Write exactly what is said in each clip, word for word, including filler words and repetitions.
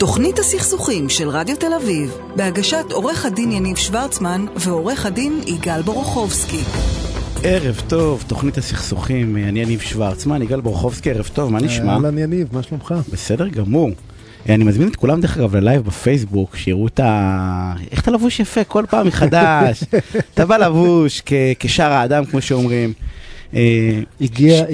תוכנית הסכסוכים של רדיו תל אביב, בהגשת עורך הדין יניב שוורצמן ועורך הדין יגאל בורוכובסקי. ערב טוב, תוכנית הסכסוכים, אני יניב שוורצמן, יגאל בורוכובסקי, ערב טוב, מה נשמע? אהלן יניב, מה שלומך? בסדר גמור. אני מזמין את כולם דרך אגב ללייב בפייסבוק, שיראו את ה... איך אתה לבוש יפה כל פעם מחדש, אתה בא לבוש כשאר האדם כמו שאומרים. הגיע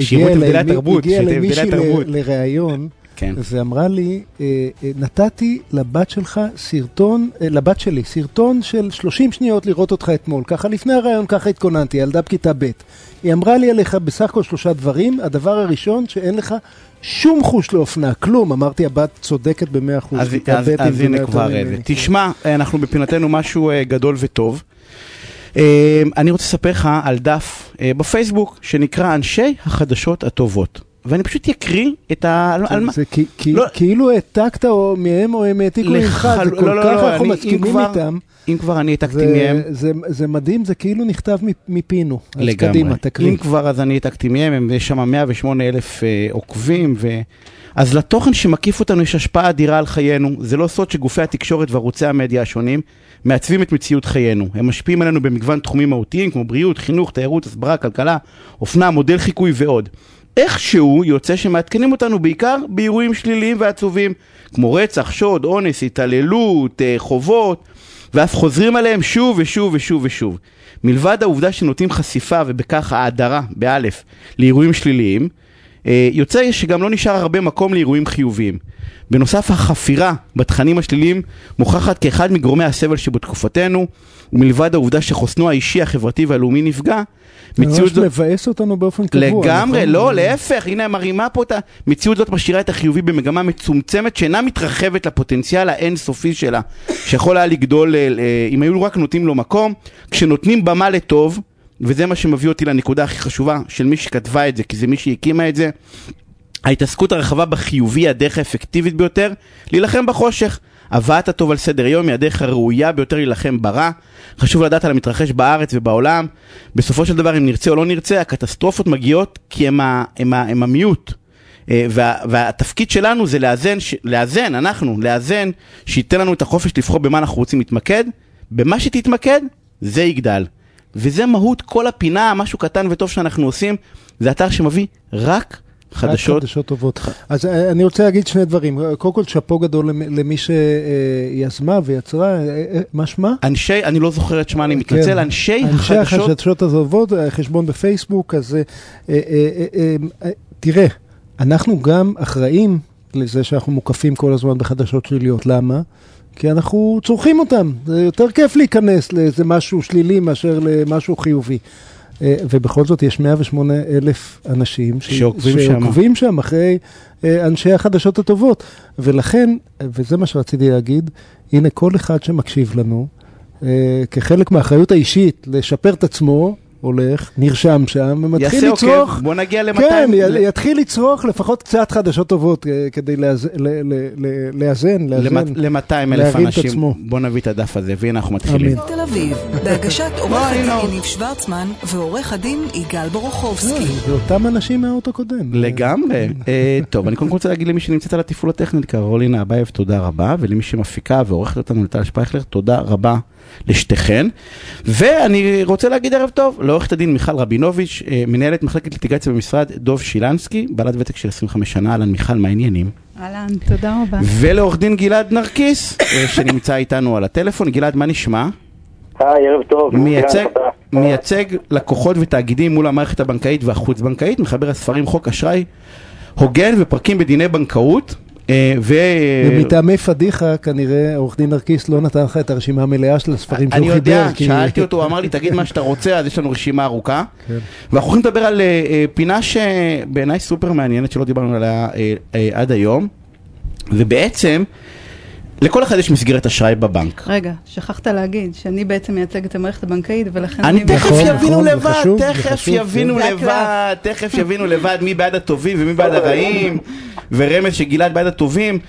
למישהי לראיון, זה אמרה לי, נתתי לבת שלך סרטון, לבת שלי, סרטון של שלושים שניות לראות אותך אתמול, ככה לפני הראיון, ככה התכוננתי, ילדה בכיתה ב'. היא אמרה לי עליך בסך הכל שלושה דברים, הדבר הראשון שאין לך שום חוש לאופנה, כלום. אמרתי, הבת צודקת במאה אחוז. אז הנה כבר איזה. תשמע, אנחנו בפינתנו משהו גדול וטוב. אני רוצה לספר לך על דף בפייסבוק שנקרא אנשי החדשות הטובות. ואני פשוט יקריא את ה... זה כאילו העתקת מהם או הם העתיקו ממך, זה כל כך אנחנו מסכימים איתם. אם כבר אני העתקתי מהם... זה מדהים, זה כאילו נכתב מפינו. לגמרי. אם כבר אז אני העתקתי מהם, יש שם מאה ושמונה אלף עוקבים, אז לתוכן שמקיף אותנו יש השפעה אדירה על חיינו. זה לא סוד שגופי התקשורת וערוצי המדיה השונים מעצבים את מציאות חיינו. הם משפיעים עלינו במגוון תחומים מהותיים, כמו בריאות, חינוך, תיירות, הסברה, כלכלה, אופנה, מודל חיקוי ועוד. איכשהו יוצא שמעדכנים אותנו בעיקר באירועים שליליים ועצובים, כמו רצח, שוד, אונס, התעללות, חובות, ואף חוזרים עליהם שוב ושוב ושוב ושוב. מלבד העובדה שנותנים חשיפה ובכך ההדרה, באלף, לאירועים שליליים, יוצא שגם לא נשאר הרבה מקום לאירועים חיוביים. בנוסף, החפירה בתכנים השליליים מוכחת כאחד מגורמי הסבל שבתקופתנו, ומלבד העובדה שחוסנו האישי, החברתי והלאומי נפגע, מציאות זאת מבאס אותנו באופן קבוע. לגמרי, לא, להפך, הנה מרימה פה את המציאות זאת משאירה את החיובי במגמה מצומצמת שאינה מתרחבת לפוטנציאל האינסופי שלה, שיכול היה לגדול, אם היו רק נותנים לו מקום, כשנותנים במה לטוב, וזה מה שמביא אותי לנקודה הכי חשובה של מי שכתבה את זה, כי זה מי שהקימה את זה, ההתעסקות הרחבה בחיובי היא הדרך האפקטיבית ביותר להילחם בחושך. הבאת הטוב על סדר יום היא הדרך הראויה ביותר להילחם ברע. חשוב לדעת על המתרחש בארץ ובעולם. בסופו של דבר, אם נרצה או לא נרצה, הקטסטרופות מגיעות כי הם, ה, הם, ה, הם המיעוט. וה, והתפקיד שלנו זה לאזן, לאזן, אנחנו, לאזן, שייתן לנו את החופש לבחור במה אנחנו רוצים להתמקד. במה שתתמקד, זה יגדל. וזה מהות כל הפינה, משהו קטן וטוב שאנחנו עושים. זה אתר שמביא רק חדשות. חדשות טובות. אז אני רוצה להגיד שני דברים. קודם כל, שפו גדול למי שיזמה ויצרה. מה שמה? אנשי, אני לא זוכר את שמה, אני מתנצל. אנשי החדשות. אנשי החדשות הטובות, חשבון בפייסבוק. אז תראה, אנחנו גם אחראים לזה שאנחנו מוקפים כל הזמן בחדשות שליליות. למה? כי אנחנו צורכים אותם. זה יותר כיף להיכנס לאיזה משהו שלילי מאשר למשהו חיובי. ובכל זאת יש מאה ושמונה אלף אנשים שעוקבים שם אחרי אנשי החדשות הטובות. ולכן, וזה מה שרציתי להגיד, הנה כל אחד שמקשיב לנו, כחלק מהאחריות האישית לשפר את עצמו, הולך, נרשם שם, ומתחיל לצרוך. בוא נגיע ל-מאתיים. כן, יתחיל לצרוך לפחות קצת חדשות טובות, כדי לאזן, ל-מאתיים אלף אנשים. בוא נביא את הדף הזה, והנה אנחנו מתחילים. תל אביב, בהגשת עורך הדין יניב שוורצמן, ועורך הדין יגאל בורוכובסקי. זה אותם אנשים מהאות הקודם. לגמרי. טוב, אני קודם כל רוצה להגיד למי שנמצאת על התפעול הטכנית, קרולינה אבייב, תודה רבה, ולמי שמפיקה ועורכת אותנו לטל שפייכלר, תודה רבה לשתיכן. ואני רוצה להגיד ערב טוב לעורכת הדין מיכל רבינוביץ', מנהלת מחלקת ליטיגציה במשרד דוב שילנסקי, בעלת ותק של עשרים וחמש שנה. אהלן מיכל, מה העניינים? אהלן, תודה רבה. ולעורך דין גלעד נרקיס, שנמצא איתנו על הטלפון. גלעד, מה נשמע? היי, ערב טוב. מייצג, מייצג לקוחות ותאגידים מול המערכת הבנקאית והחוץ בנקאית, מחבר הספרים חוק אשראי הוגן ופרקים בדיני בנקאות. ומטעמי פדיחה, כנראה, עורך דין נרקיס לא נתן לך את הרשימה המלאה של הספרים שהוא חיבר. אני יודע, שאלתי אותו, הוא אמר לי, תגיד מה שאתה רוצה, אז יש לנו רשימה ארוכה. ואנחנו הולכים לדבר על פינה שבעיניי סופר מעניינת, שלא דיברנו עליה עד היום. ובעצם, לכל אחד יש מסגרת אשראי בבנק. רגע, שכחת להגיד שאני בעצם מייצג את המערכת הבנקאית, ולכן אני תכף יבינו לבד, תכף יבינו לבד, תכף יבינו לבד מי בעד הטובים ומי בעד הרעים, ורמז שגלעד בעד הטובים.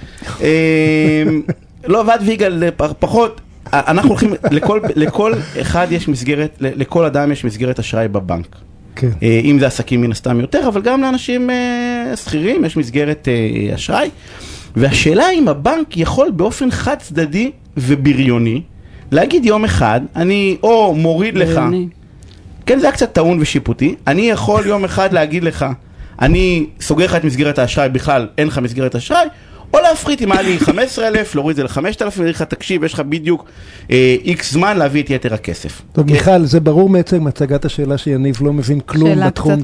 לא, ועד ויגאל פחות, אנחנו הולכים, לכל אחד יש מסגרת, לכל אדם יש מסגרת אשראי בבנק. אם זה עסקים מן הסתם יותר, אבל גם לאנשים שכירים יש מסגרת אשראי. והשאלה אם הבנק יכול באופן חד צדדי ובריוני, להגיד יום אחד, אני או מוריד לך, כן, זה היה קצת טעון ושיפוטי, אני יכול יום אחד להגיד לך, אני סוגר לך את מסגרת האשראי, בכלל אין לך מסגרת אשראי, או להפחית, אם היה לי חמישה עשר אלף, להוריד את זה ל-חמשת אלפים, ולהגיד לך, תקשיב, יש לך בדיוק איקס זמן להביא את יתר הכסף. טוב, מיכל, זה ברור מעצם הצגת השאלה שיניב לא מבין כלום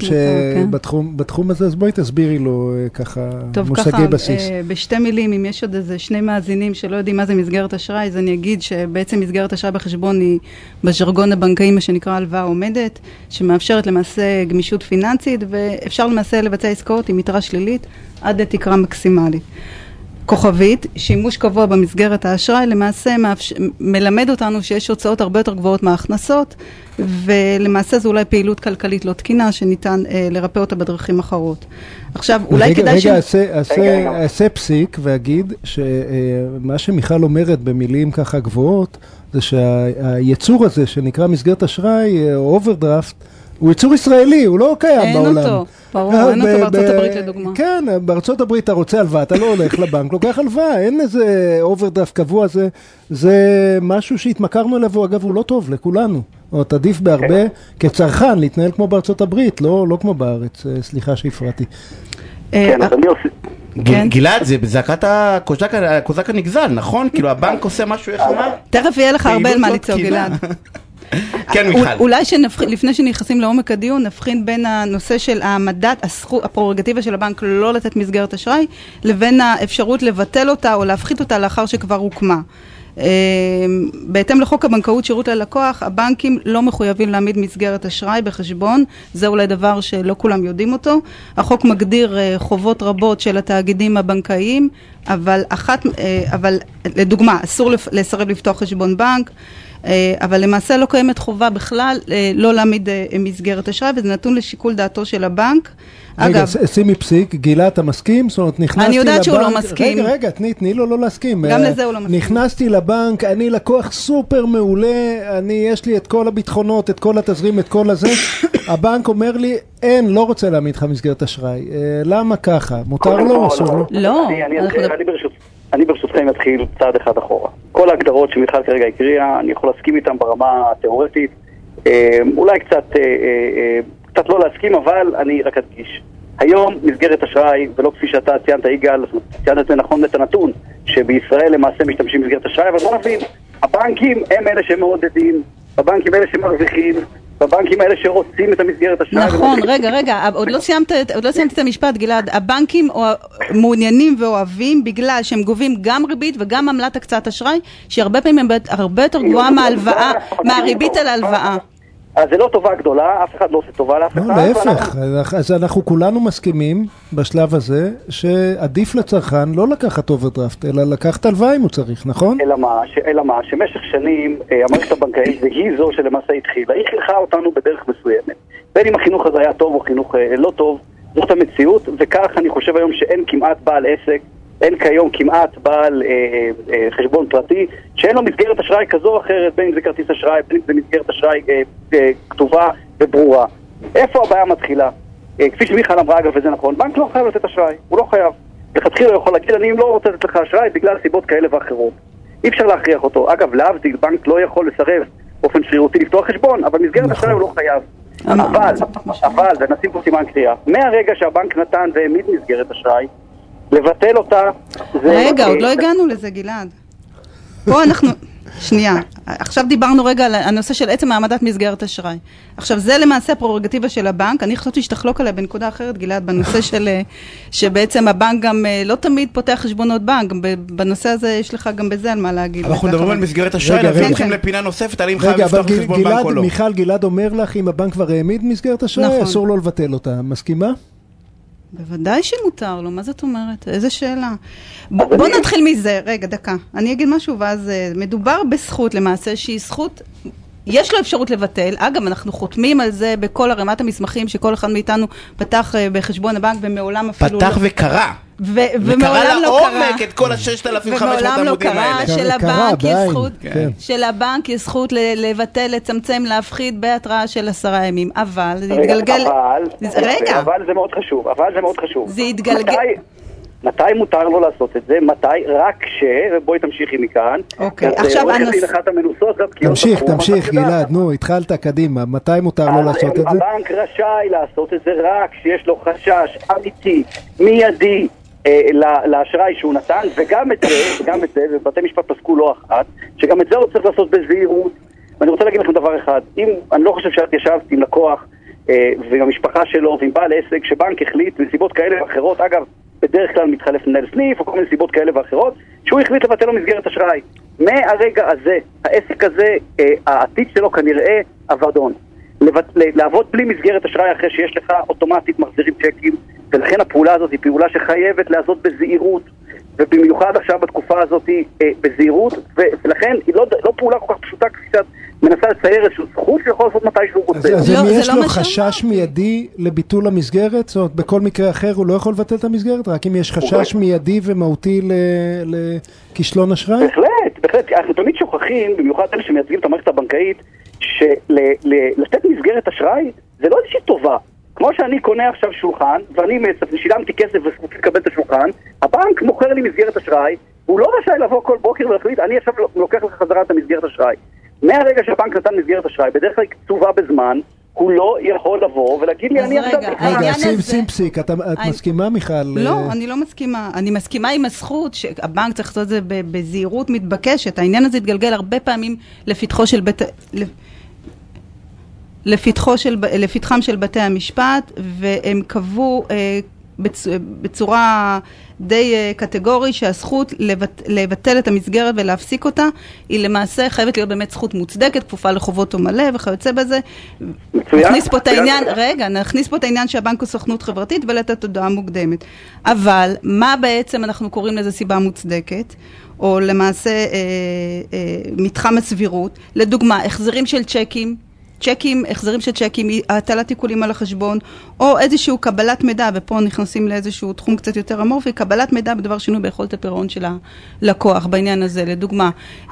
בתחום הזה, אז בואי תסבירי לו ככה מושגי בסיס. טוב, ככה, בשתי מילים, אם יש עוד איזה שני מאזינים שלא יודעים מה זה מסגרת אשראי, אז אני אגיד שבעצם מסגרת אשראי בחשבון היא בז'רגון הבנקאי, מה שנקרא הלוואה עומדת, שמאפשרת למעשה גמישות פיננסית, ואפשר למעשה לבצע עסקאות עם יתרה שלילית עד לתקרה מקסימלית. כוכבית, שימוש קבוע במסגרת האשראי, למעשה מאפש... מלמד אותנו שיש הוצאות הרבה יותר גבוהות מההכנסות, ולמעשה זו אולי פעילות כלכלית לא תקינה, שניתן אה, לרפא אותה בדרכים אחרות. עכשיו, אולי רגע, כדאי רגע, ש... רגע, עשה, עשה, עשה פסיק ואגיד שמה שמיכל אומרת במילים ככה גבוהות, זה שהיצור הזה שנקרא מסגרת אשראי, או אוברדרפט, הוא יצור ישראלי, הוא לא קיים בעולם. אין אותו, ברור, אין אותו בארצות הברית לדוגמה. כן, בארצות הברית אתה רוצה הלוואה, אתה לא הולך לבנק, לוקח הלוואה, אין איזה אוברדרפט קבוע, זה משהו שהתמכרנו אליו, אגב, הוא לא טוב לכולנו. או תעדיף בהרבה כצרכן להתנהל כמו בארצות הברית, לא כמו בארץ, סליחה שהפרעתי. כן, אז אני עושה... גלעד, זה בזעקת הקוזק הנגזל, נכון? כאילו הבנק עושה משהו, איך אמר? תכף יהיה לך הרבה על מה ליצור, גלעד. כן, מיכל. אולי לפני שנכנסים לעומק הדיון, נבחין בין הנושא של העמדת, הפררוגטיבה של הבנק לא לתת מסגרת אשראי, לבין האפשרות לבטל אותה או להפחית אותה לאחר שכבר הוקמה. בהתאם לחוק הבנקאות שירות ללקוח, הבנקים לא מחויבים להעמיד מסגרת אשראי בחשבון, זה אולי דבר שלא כולם יודעים אותו. החוק מגדיר חובות רבות של התאגידים הבנקאיים, אבל אחת, אבל לדוגמה, אסור לסרב לפתוח חשבון בנק, אבל למעשה לא קיימת חובה בכלל לא להעמיד מסגרת אשראי, וזה נתון לשיקול דעתו של הבנק. רגע, שימי פסיק, גילה, אתה מסכים? זאת אומרת, נכנסתי לבנק... אני יודעת שהוא לא מסכים. רגע, רגע, תני, תני לו לא להסכים. גם לזה הוא לא מסכים. נכנסתי לבנק, אני לקוח סופר מעולה, אני, יש לי את כל הביטחונות, את כל התזרים, את כל הזה. הבנק אומר לי, אין, לא רוצה להעמיד לך מסגרת אשראי. למה ככה? מותר לו? אסור לו? לא. אני ברשותכם אתחיל צעד אחד אחורה. כל ההגדרות שמיכל כרגע הקריאה, אני יכול להסכים איתם ברמה התיאורטית. אולי קצת... קצת לא להסכים, אבל אני רק אדגיש. היום מסגרת אשראי, ולא כפי שאתה ציינת יגאל, ציינת את זה נכון את הנתון, שבישראל למעשה משתמשים במסגרת אשראי, אבל בוא נבין, הבנקים הם אלה שמעודדים, הבנקים אלה שמרוויחים, בבנקים האלה שרוצים את המסגרת אשראי. נכון, רגע, רגע, עוד לא סיימת, עוד לא סיימת את המשפט, גלעד. הבנקים מעוניינים ואוהבים בגלל שהם גובים גם ריבית וגם עמלת הקצאת אשראי, שהרבה פעמים הרבה יותר גבוהה מההלוואה, מהריבית על ההלוואה. אז זה לא טובה גדולה, אף אחד לא עושה טובה לאף אחד. לא, להפך, אז אנחנו כולנו מסכימים בשלב הזה שעדיף לצרכן לא לקחת אוברדרפט, אלא לקחת הלוואה אם הוא צריך, נכון? אלא מה, אלא מה, שמשך שנים המערכת הבנקאית והיא זו שלמעשה התחילה, היא חינכה אותנו בדרך מסוימת. בין אם החינוך הזה היה טוב או חינוך לא טוב, זאת המציאות, וכך אני חושב היום שאין כמעט בעל עסק, אין כיום כמעט בעל אה, אה, חשבון פרטי שאין לו מסגרת אשראי כזו או אחרת, בין אם זה כרטיס אשראי, בין אם זה מסגרת אשראי אה, אה, כתובה וברורה. איפה הבעיה מתחילה? אה, כפי שמיכל אמרה אגב, וזה נכון, בנק לא חייב לתת אשראי, הוא לא חייב. לכתחילה הוא יכול להגיד, אני לא רוצה לתת לך אשראי בגלל סיבות כאלה ואחרות. אי אפשר להכריח אותו. אגב, להבדיל, בנק לא יכול לסרב באופן שרירותי לפתוח חשבון, אבל מסגרת אשראי הוא לא חייב. אבל, אבל, ונשים פה סימן קריאה, מהרגע שהבנק נתן והעמיד מסגרת אשראי, לבטל אותה... רגע, עוד לא הגענו לזה, גלעד. פה אנחנו... שנייה, עכשיו דיברנו רגע על הנושא של עצם העמדת מסגרת אשראי. עכשיו, זה למעשה הפררוגטיבה של הבנק. אני חושבת שתחלוק עליה בנקודה אחרת, גלעד, בנושא של... שבעצם הבנק גם לא תמיד פותח חשבונות בנק. בנושא הזה יש לך גם בזה על מה להגיד. אנחנו מדברים על מסגרת אשראי, אנחנו הולכים לפינה נוספת, על אם חייב לפתוח חשבון בנק או לא. מיכל, גלעד אומר לך, אם הבנק כבר העמיד מסגרת אשראי, אסור לו לבטל אותה. מסכימה? בוודאי שמותר לו, מה זאת אומרת? איזה שאלה. בוא נתחיל מזה, רגע, דקה. אני אגיד משהו, ואז מדובר בזכות למעשה, שהיא זכות, יש לו אפשרות לבטל. אגב, אנחנו חותמים על זה בכל הרמת המסמכים, שכל אחד מאיתנו פתח בחשבון הבנק, ומעולם אפילו... פתח וקרא. ומעולם לא קרה. לעומק את כל ה-ששת אלפים וחמש מאות עמודים האלה. שלבנק יש זכות לבטל, לצמצם, להפחית בהתראה של עשרה ימים. אבל זה יתגלגל... אבל, רגע. אבל זה מאוד חשוב. אבל זה מאוד חשוב. זה יתגלגל... מתי מותר לו לעשות את זה? מתי? רק כש... ובואי תמשיכי מכאן. אוקיי, עכשיו הנוס... אחת המנוסות, תמשיך, תמשיך, גלעד, נו, התחלת קדימה. מתי מותר לו לעשות את זה? הבנק רשאי לעשות את זה רק כשיש לו חשש אמיתי, מיידי, לאשראי שהוא נתן, וגם את זה, וגם את זה, ובתי משפט פסקו לא אחת, שגם את זה הוא צריך לעשות בזהירות. ואני רוצה להגיד לכם דבר אחד, אם, אני לא חושב שאת ישבת עם לקוח, ועם המשפחה שלו, ועם בעל עסק, שבנק החליט בנסיבות כאלה ואחרות, אגב, בדרך כלל מתחלף מנהל סניף, או כל מיני סיבות כאלה ואחרות, שהוא החליט לבטל לו מסגרת אשראי. מהרגע הזה, העסק הזה, העתיד שלו כנראה אבדון. לעבוד בלי מסגרת אשראי אחרי שיש לך אוטומטית מחזירים צ'קים, ולכן הפעולה הזאת היא פעולה שחייבת לעשות בזהירות, ובמיוחד עכשיו בתקופה הזאת אה, בזהירות, ולכן היא לא, לא פעולה כל כך פשוטה כפי שאת מנסה לצייר איזשהו זכות שיכול לעשות מתי שהוא רוצה. אז אם יש לו חשש מיידי לביטול המסגרת, זאת אומרת, בכל מקרה אחר הוא לא יכול לבטל את המסגרת, רק אם יש חשש מיידי ומהותי לכישלון אשראי? בהחלט, בהחלט. אנחנו תמיד שוכחים, במיוחד אלה שמייצגים את המערכת הבנקאית, שלתת מסגרת אשראי זה לא איזושהי טובה. כמו שאני קונה עכשיו שולחן, ואני שילמתי כסף וזכותי לקבל את השולחן, הבנק מוכר לי מסגרת אשראי, הוא לא רשאי לבוא כל בוקר ולהחליט, אני עכשיו לוקח לך חזרה את המסגרת אשראי. מהרגע שהבנק נתן מסגרת אשראי, בדרך כלל קצובה בזמן, הוא לא יכול לבוא ולהגיד לי, אני עכשיו... רגע, שים, שים פסיק, את מסכימה, מיכל? לא, אני לא מסכימה. אני מסכימה עם הזכות שהבנק צריך לעשות את זה בזהירות מתבקשת. העניין הזה התגלגל הרבה פעמים לפתחו של בית... לפתחו של, לפתחם של בתי המשפט, והם קבעו אה, בצ, בצורה די אה, קטגורית שהזכות לבט, לבטל את המסגרת ולהפסיק אותה, היא למעשה חייבת להיות באמת זכות מוצדקת, כפופה לחובות ומלא וכיוצא בזה. נכניס פה את העניין, רגע, נכניס פה את העניין שהבנק הוא סוכנות חברתית ולתת הודעה מוקדמת. אבל מה בעצם אנחנו קוראים לזה סיבה מוצדקת? או למעשה אה, אה, מתחם הסבירות, לדוגמה, החזרים של צ'קים, צ'קים, החזרים של צ'קים, הטלת עיקולים על החשבון, או איזשהו קבלת מידע, ופה נכנסים לאיזשהו תחום קצת יותר אמורפי, קבלת מידע בדבר שינוי ביכולת הפירעון של הלקוח, בעניין הזה, לדוגמה,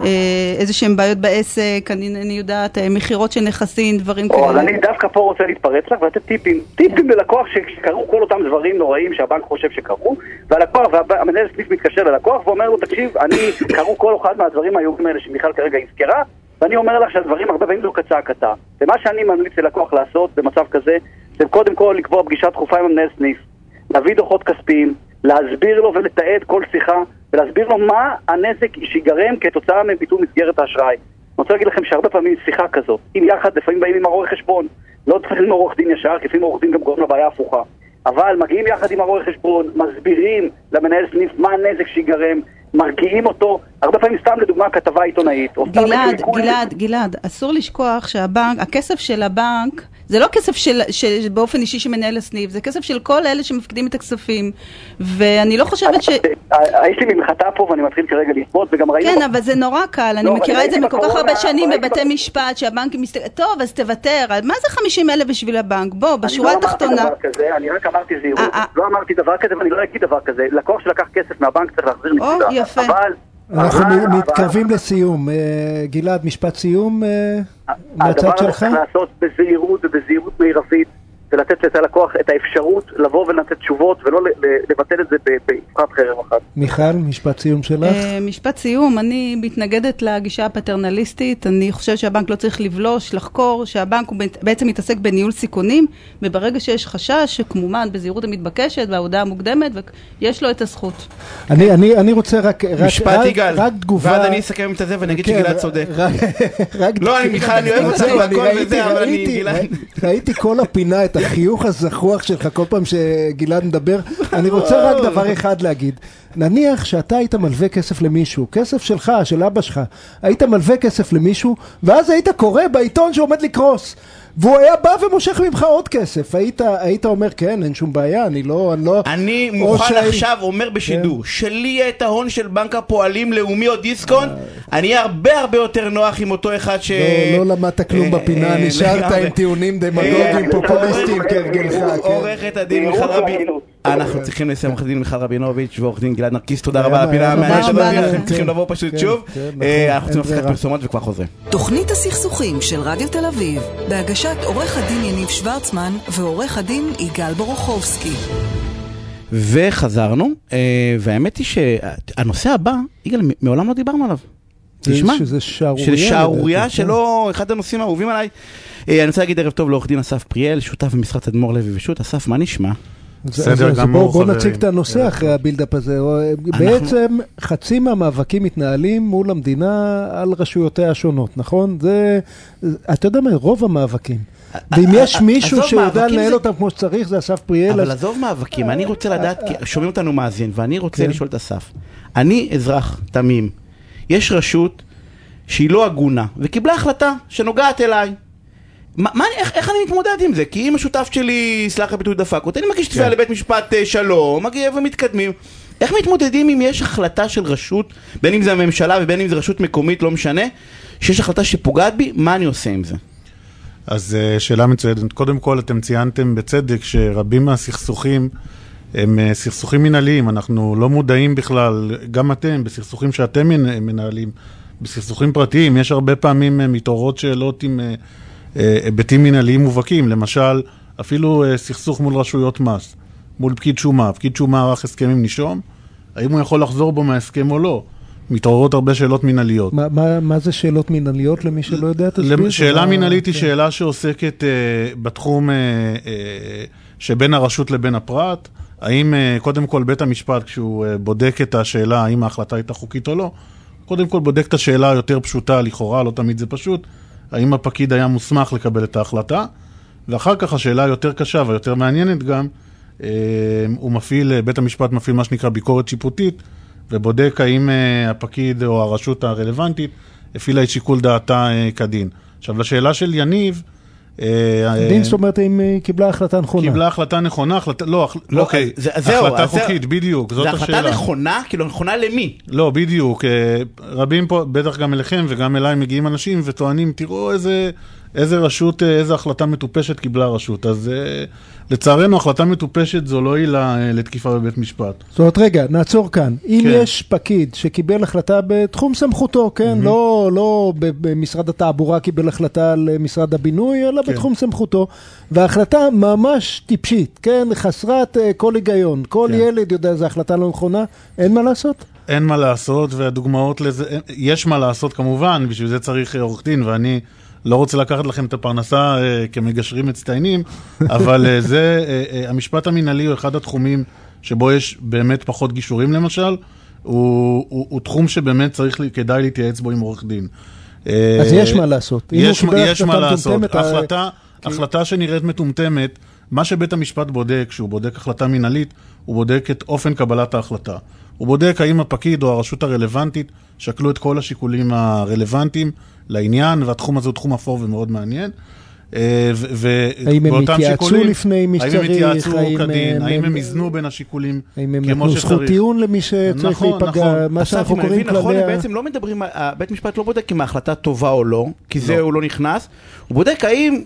איזשהם בעיות בעסק, אני, אני יודעת, מחירות של נכסים, דברים כאלה. אז אני דווקא פה רוצה להתפרץ לך ולתת טיפים, טיפים ללקוח שקרו כל אותם דברים נוראים שהבנק חושב שקרו, והלקוח, והמנהל סניף מתקשר ללקוח ואומר לו, תקשיב, אני קרו כל אחד מהדברים האיומים האלה שמיכל כרגע הזכרה, ואני אומר לך שהדברים הרבה פעמים לא כצעקתה. ומה שאני ממליץ ללקוח לעשות במצב כזה, זה קודם כל לקבוע פגישה דחופה עם המנהל סניף, להביא דוחות כספיים, להסביר לו ולתעד כל שיחה, ולהסביר לו מה הנזק שיגרם כתוצאה מביטול מסגרת האשראי. אני רוצה להגיד לכם שהרבה פעמים שיחה כזאת, אם יחד לפעמים באים עם הרואה חשבון, לא צריך עם עורך דין ישר, כי לפעמים עורך דין גם גורם לבעיה הפוכה. אבל מגיעים יחד עם הרואה חשבון, מסבירים למנהל סניף מה הנזק שיגרם, מרגיעים אותו, הרבה פעמים סתם לדוגמה כתבה עיתונאית. גלעד, גלעד, גלעד, אסור לשכוח שהבנק, הכסף של הבנק, זה לא כסף של, של, באופן אישי שמנהל הסניף, זה כסף של כל אלה שמפקדים את הכספים, ואני לא חושבת ש... יש לי ממחתה פה ואני מתחיל כרגע לספות, וגם ראינו... כן, אבל זה נורא קל, אני מכירה את זה מכל כך הרבה שנים בבתי משפט, שהבנקים מסתכל... טוב, אז תוותר, מה זה חמישים אלף בשביל הבנק? בוא, בשורה התחתונה... אני רק אמרתי זהירות, לא אמרתי דבר כזה ואני לא אגיד דבר כזה, לקוח שלקח כסף מהבנק צריך להחזיר נקודה, אבל... אנחנו מתקרבים לסיום. גלעד, משפט סיום מהצד שלך? הדבר הזה צריך לעשות בזהירות ובזהירות מרבית, ולתת ללקוח את האפשרות לבוא ולתת תשובות, ולא לבטל את זה באבחת חרב אחת. מיכל, משפט סיום שלך? משפט סיום, אני מתנגדת לגישה הפטרנליסטית, אני חושבת שהבנק לא צריך לבלוש, לחקור, שהבנק הוא בעצם מתעסק בניהול סיכונים, וברגע שיש חשש שכמומן בזהירות המתבקשת וההודעה המוקדמת, ויש לו את הזכות. אני, אני, אני רוצה רק, משפט רק, יגאל, רק תגובה... ואז אני אסכם את זה ואני אגיד שגלעד צודק. רק, לא, אני מיכל, אני אוהב אותך והכל וזה, אבל אני גלעד. ראיתי כל הפינה, את החיוך הזכוח שלך כל פעם שגלעד מדבר. אני רוצה רק דבר אחד להגיד. נניח שאתה היית מלווה כסף למישהו, כסף שלך, של אבא שלך, היית מלווה כסף למישהו, ואז היית קורא בעיתון שעומד לקרוס, והוא היה בא ומושך ממך עוד כסף. היית, היית אומר, כן, אין שום בעיה, אני לא... אני, לא, אני מוכן שהי... עכשיו, אומר בשידור, כן. שלי יהיה את ההון של בנק הפועלים, לאומי או דיסקונט, אני אהיה הרבה הרבה יותר נוח עם אותו אחד ש... לא, לא למדת כלום בפינה, נשארת עם טיעונים דמגוגיים, פופוליסטיים, כרגלך. עורכת הדין מיכל רבינוביץ'. אנחנו צריכים לסיים עורכת דין מיכל רבינוביץ' ועורכת דין גלעד נרקיס, תודה רבה על הפינה המעניינת, אנחנו צריכים לבוא פשוט שוב, אנחנו צריכים להפסקת פרסומות וכבר חוזרים. תוכנית הסכסוכים של רדיו תל אביב, בהגשת עורך הדין יניב שוורצמן ועורך הדין יגאל בורוכובסקי. וחזרנו, והאמת היא שהנושא הבא, יגאל, מעולם לא דיברנו עליו. תשמע, שזה שערוריה. שזה שערוריה שלא, אחד הנושאים האהובים עליי. אני רוצה להגיד ערב טוב לעורך דין אסף פריאל, שותף במשרד תדמור לוי ושות'. אסף, מה נשמע? בסדר גמור. בואו נציג את הנושא אחרי הבילדאפ הזה. בעצם חצי מהמאבקים מתנהלים מול המדינה על רשויותיה השונות, נכון? זה, אתה יודע מה, רוב המאבקים. ואם יש מישהו שיודע לנהל אותם כמו שצריך, זה אסף פריאל. אבל עזוב מאבקים, אני רוצה לדעת, שומעים אותנו מאזין, ואני רוצה לשאול את אסף. אני אזרח תמים. יש רשות שהיא לא הגונה, וקיבלה החלטה שנוגעת אליי. מה, מה, איך, איך אני מתמודד עם זה? כי אם השותף שלי, סלח הביטוי דפק אותי, אני מגיש תביעה לבית משפט שלום, מגיע ומתקדמים. איך מתמודדים אם יש החלטה של רשות, בין אם זה הממשלה ובין אם זה רשות מקומית, לא משנה, שיש החלטה שפוגעת בי, מה אני עושה עם זה? אז שאלה מצוינת. קודם כל, אתם ציינתם בצדק שרבים מהסכסוכים הם סכסוכים מנהליים. אנחנו לא מודעים בכלל, גם אתם, בסכסוכים שאתם מנהלים, בסכסוכים פרטיים, יש הרבה פעמים מתעוררות שאלות עם היבטים מנהליים מובהקים. למשל, אפילו סכסוך מול רשויות מס, מול פקיד שומה. פקיד שומה ערך הסכם עם נישום, האם הוא יכול לחזור בו מההסכם או לא? מתעוררות הרבה שאלות מנהליות. מה, מה, מה זה שאלות מנהליות למי שלא יודע? תסביר? שאלה מנהלית היא שאלה שעוסקת uh, בתחום uh, uh, שבין הרשות לבין הפרט. האם uh, קודם כל בית המשפט, כשהוא uh, בודק את השאלה האם ההחלטה הייתה חוקית או לא, קודם כל בודק את השאלה היותר פשוטה, לכאורה, לא תמיד זה פשוט, האם הפקיד היה מוסמך לקבל את ההחלטה, ואחר כך השאלה היותר קשה ויותר מעניינת גם, uh, הוא מפעיל, בית המשפט מפעיל מה שנקרא ביקורת שיפוטית, ובודק האם uh, הפקיד או הרשות הרלוונטית הפעילה את שיקול דעתה uh, כדין. עכשיו, לשאלה של יניב, דין זאת אומרת אם היא קיבלה החלטה נכונה. קיבלה החלטה נכונה, החלטה, לא, לא אוקיי, זה, זהו, החלטה חוקית, זה, בדיוק, זאת השאלה. זה החלטה נכונה, כאילו נכונה למי? לא, בדיוק, רבים פה, בטח גם אליכם וגם אליי מגיעים אנשים וטוענים, תראו איזה, איזה רשות, איזה החלטה מטופשת קיבלה הרשות. אז לצערנו, החלטה מטופשת זו לא עילה לתקיפה בבית משפט. זאת אומרת, רגע, נעצור כאן. אם כן. יש פקיד שקיבל החלטה בתחום סמכותו, כן, mm-hmm. לא, לא במשרד התעבורה קיבל החלטה על משרד הבינוי, אלא כן. בתחום סמכותו, וההחלטה ממש טיפשית, כן, חסרת כל היגיון. כל כן. ילד יודע זו החלטה לא נכונה, אין מה לעשות? אין מה לעשות, והדוגמאות לזה, יש מה לעשות כמובן, בשביל זה צריך עורך דין, ואני לא רוצה לקחת לכם את הפרנסה אה, כמגשרים מצטיינים, אבל אה, זה, אה, אה, המשפט המנהלי הוא אחד התחומים שבו יש באמת פחות גישורים למשל, הוא, הוא, הוא תחום שבאמת צריך, כדאי להתייעץ בו עם עורך דין. אה, אז יש מה לעשות. יש, יש מה לעשות. החלטה, כי... החלטה שנראית מטומטמת, מה שבית המשפט בודק, שהוא בודק החלטה מנהלית, הוא בודק את אופן קבלת ההחלטה. הוא בודק האם הפקיד או הרשות הרלוונטית שקלו את כל השיקולים הרלוונטיים לעניין, והתחום הזה הוא תחום אפור ומאוד מעניין. האם הם התייעצו לפני מי שצריך? האם הם התייעצו כדין? האם הם יזנו בין השיקולים כמו שצריך? האם הם נתנו זכות טיעון למי שצריך להיפגע? מה שאנחנו קוראים כללי... בעצם לא מדברים, בית משפט לא בודק אם ההחלטה טובה או לא, כי זה הוא לא נכנס. הוא בודק האם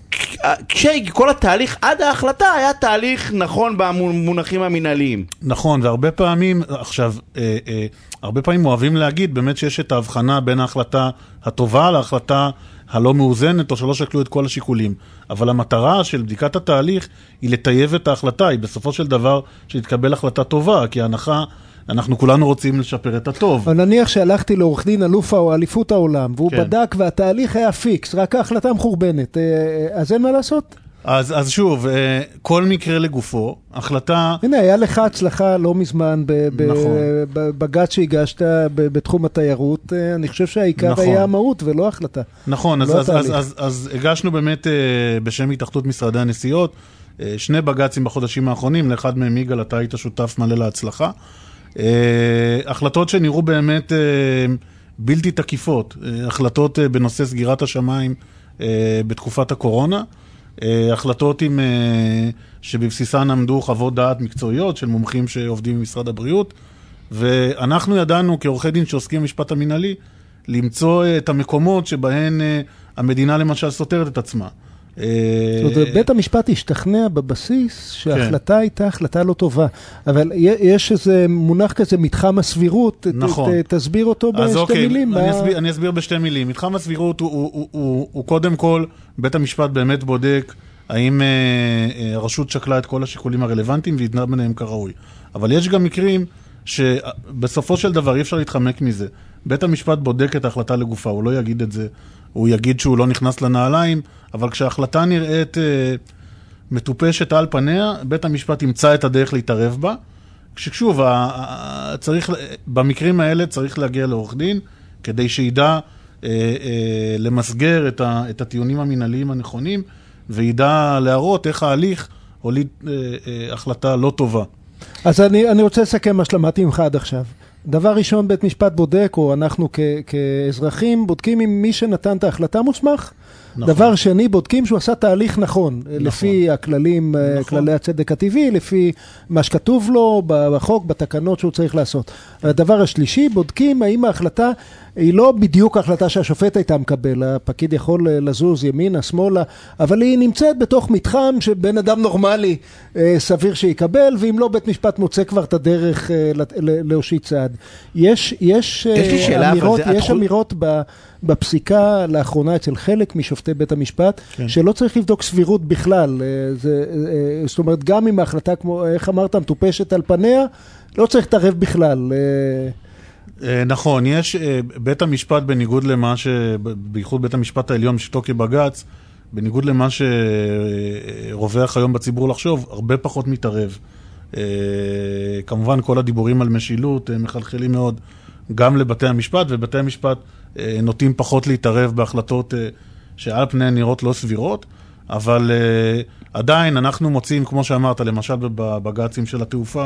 כשכל התהליך עד ההחלטה היה תהליך נכון במונחים המנהליים. נכון, והרבה פעמים, עכשיו, הרבה פעמים אוהבים להגיד באמת שיש את ההבחנה בין ההחלטה הטובה להחלטה הלא מאוזנת, או שלא שקלו את כל השיקולים. אבל המטרה של בדיקת התהליך היא לטייב את ההחלטה, היא בסופו של דבר שתתקבל החלטה טובה, כי ההנחה, אנחנו כולנו רוצים לשפר את הטוב. אבל נניח שהלכתי לעורך דין אלוף או אליפות העולם, והוא כן. בדק והתהליך היה פיקס, רק ההחלטה מחורבנת, אז אין מה לעשות? אז, אז שוב, כל מקרה לגופו, החלטה... הנה, היה לך הצלחה לא מזמן בבג"ץ שהגשת בתחום התיירות, אני חושב שהעיקר נכון. היה המהות ולא החלטה. נכון, לא אז, אז, אז, אז הגשנו באמת בשם התאחדות משרדי הנסיעות, שני בג"צים בחודשים האחרונים, לאחד מהם יגאל, אתה היית שותף מלא להצלחה. החלטות שנראו באמת בלתי תקיפות, החלטות בנושא סגירת השמיים בתקופת הקורונה, החלטות עם, שבבסיסן עמדו חוות דעת מקצועיות של מומחים שעובדים במשרד הבריאות, ואנחנו ידענו כעורכי דין שעוסקים במשפט המנהלי, למצוא את המקומות שבהן המדינה למשל סותרת את עצמה. זאת אומרת, בית המשפט השתכנע בבסיס שההחלטה הייתה החלטה לא טובה, אבל יש איזה מונח כזה, מתחם הסבירות, תסביר אותו בשתי מילים. אני אסביר בשתי מילים. מתחם הסבירות הוא קודם כל, בית המשפט באמת בודק האם הרשות שקלה את כל השיקולים הרלוונטיים והתנהלה ביניהם כראוי. אבל יש גם מקרים שבסופו של דבר אי אפשר להתחמק מזה. בית המשפט בודק את ההחלטה לגופה, הוא לא יגיד את זה, הוא יגיד שהוא לא נכנס לנעליים, אבל כשההחלטה נראית מטופשת על פניה, בית המשפט ימצא את הדרך להתערב בה. כששוב, צריך, במקרים האלה צריך להגיע לעורך דין, כדי שידע למסגר את הטיעונים המנהליים הנכונים, וידע להראות איך ההליך הוליד החלטה לא טובה. אז אני, אני רוצה לסכם מה שלמדתי ממך עד עכשיו. דבר ראשון, בית משפט בודק, או אנחנו כ, כאזרחים בודקים אם מי שנתן את ההחלטה מוסמך. נכון. דבר שני, בודקים שהוא עשה תהליך נכון, נכון. לפי הכללים, נכון. כללי הצדק הטבעי, לפי מה שכתוב לו בחוק, בתקנות שהוא צריך לעשות. הדבר השלישי, בודקים האם ההחלטה היא לא בדיוק ההחלטה שהשופט הייתה מקבל, הפקיד יכול לזוז ימינה, שמאלה, אבל היא נמצאת בתוך מתחם שבן אדם נורמלי סביר שיקבל, ואם לא בית משפט מוצא כבר את הדרך להושיט צעד. יש, יש, יש אמירות, שאלה, יש אמירות ב... בפסיקה לאחרונה אצל חלק משופטי בית המשפט, כן. שלא צריך לבדוק סבירות בכלל. זה, זאת אומרת, גם אם ההחלטה, כמו, איך אמרת, מטופשת על פניה, לא צריך להתערב בכלל. נכון, יש בית המשפט בניגוד למה ש... בייחוד בית המשפט העליון בשבתו כבג"ץ, בניגוד למה שרווח היום בציבור לחשוב, הרבה פחות מתערב. כמובן כל הדיבורים על משילות מחלחלים מאוד גם לבתי המשפט, ובתי המשפט נוטים פחות להתערב בהחלטות שעל פני נראות לא סבירות, אבל עדיין אנחנו מוצאים, כמו שאמרת, למשל בבג"צים של התעופה,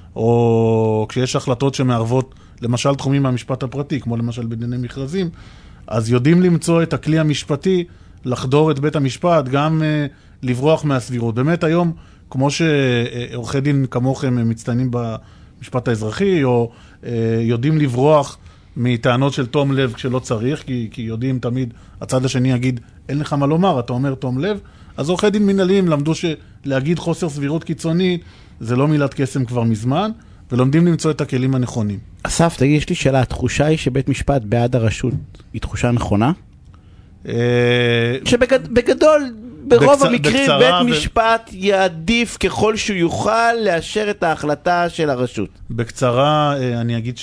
או כשיש החלטות שמערבות למשל תחומים מהמשפט הפרטי, כמו למשל בדיני מכרזים, אז יודעים למצוא את הכלי המשפטי, לחדור את בית המשפט, גם לברוח מהסבירות. באמת היום, כמו שעורכי דין כמוכם מצטיינים במשפט האזרחי, או יודעים לברוח מטענות של תום לב כשלא צריך, כי, כי יודעים תמיד, הצד השני יגיד, אין לך מה לומר, אתה אומר תום לב, אז עורכי דין מנהליים למדו שלהגיד חוסר סבירות קיצונית, זה לא מילת קסם כבר מזמן, ולומדים למצוא את הכלים הנכונים. אסף, תגיד, יש לי שאלה, התחושה היא שבית משפט בעד הרשות היא תחושה נכונה? שבגדול, ברוב המקרים בית משפט יעדיף ככל שהוא יוכל לאשר את ההחלטה של הרשות. בקצרה, אני אגיד,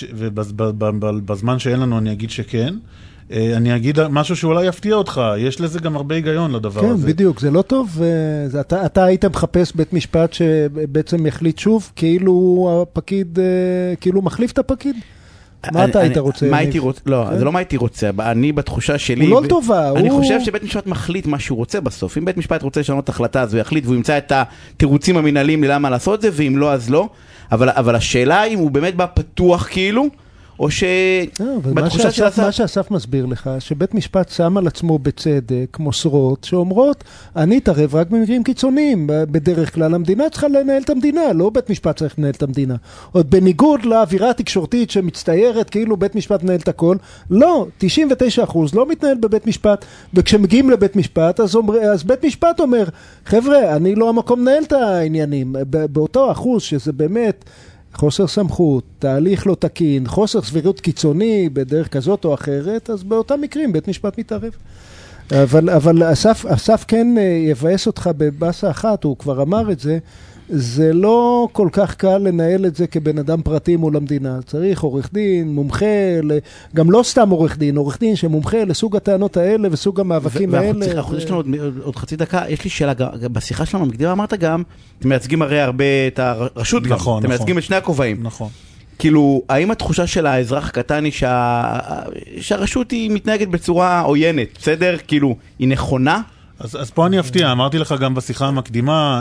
ובזמן שאין לנו אני אגיד שכן. אני אגיד משהו שאולי יפתיע אותך, יש לזה גם הרבה היגיון לדבר כן, הזה. כן, בדיוק, זה לא טוב. זה, אתה, אתה היית מחפש בית משפט שבעצם יחליט שוב, כאילו הפקיד, כאילו מחליף את הפקיד? מה אתה היית רוצה? מה הייתי רוצה? לא, זה לא מה הייתי רוצה. אני בתחושה שלי... הוא לא טובה. אני חושב שבית משפט מחליט מה שהוא רוצה בסוף. אם בית משפט רוצה לשנות החלטה, אז הוא יחליט, והוא ימצא את התירוצים המנהליים ללמה לעשות את זה, ואם לא, אז לא. אבל השאלה אם הוא באמת בא פתוח כאילו, או ש... בתחושה של אסף... מה שאסף מסביר לך, שבית משפט שם על עצמו בצדק, מוסרות, שאומרות, אני אתערב רק במקרים קיצוניים. בדרך כלל המדינה צריכה לנהל את המדינה, לא בית משפט צריך לנהל את המדינה. עוד בניגוד לאווירה התקשורתית שמצטיירת, כאילו בית משפט מנהל את הכל, לא, תשעים ותשעה אחוז לא מתנהל בבית משפט, וכשמגיעים לבית משפט, אז, אומר, אז בית משפט אומר, חבר'ה, אני לא המקום לנהל את העניינים. באותו אחוז שזה באמת... חוסר סמכות, תהליך לא תקין, חוסר סבירות קיצוני בדרך כזאת או אחרת, אז באותם מקרים בית משפט מתערב. אבל, אבל אסף, אסף כן יבאס אותך בבאסה אחת, הוא כבר אמר את זה, זה לא כל כך קל לנהל את זה כבן אדם פרטי מול המדינה. צריך עורך דין, מומחה, גם לא סתם עורך דין, עורך דין שמומחה לסוג הטענות האלה וסוג המאבקים האלה. יש לנו עוד חצי דקה, יש לי שאלה, בשיחה שלנו המקדימה אמרת גם, אתם מייצגים הרי הרבה את הרשות גם, אתם מייצגים את שני הכובעים. נכון. כאילו, האם התחושה של האזרח הקטן היא שהרשות היא מתנהגת בצורה עוינת, בסדר? כאילו, היא נכונה? אז פה אני אפתיע, אמרתי לך גם בשיחה המקדימה,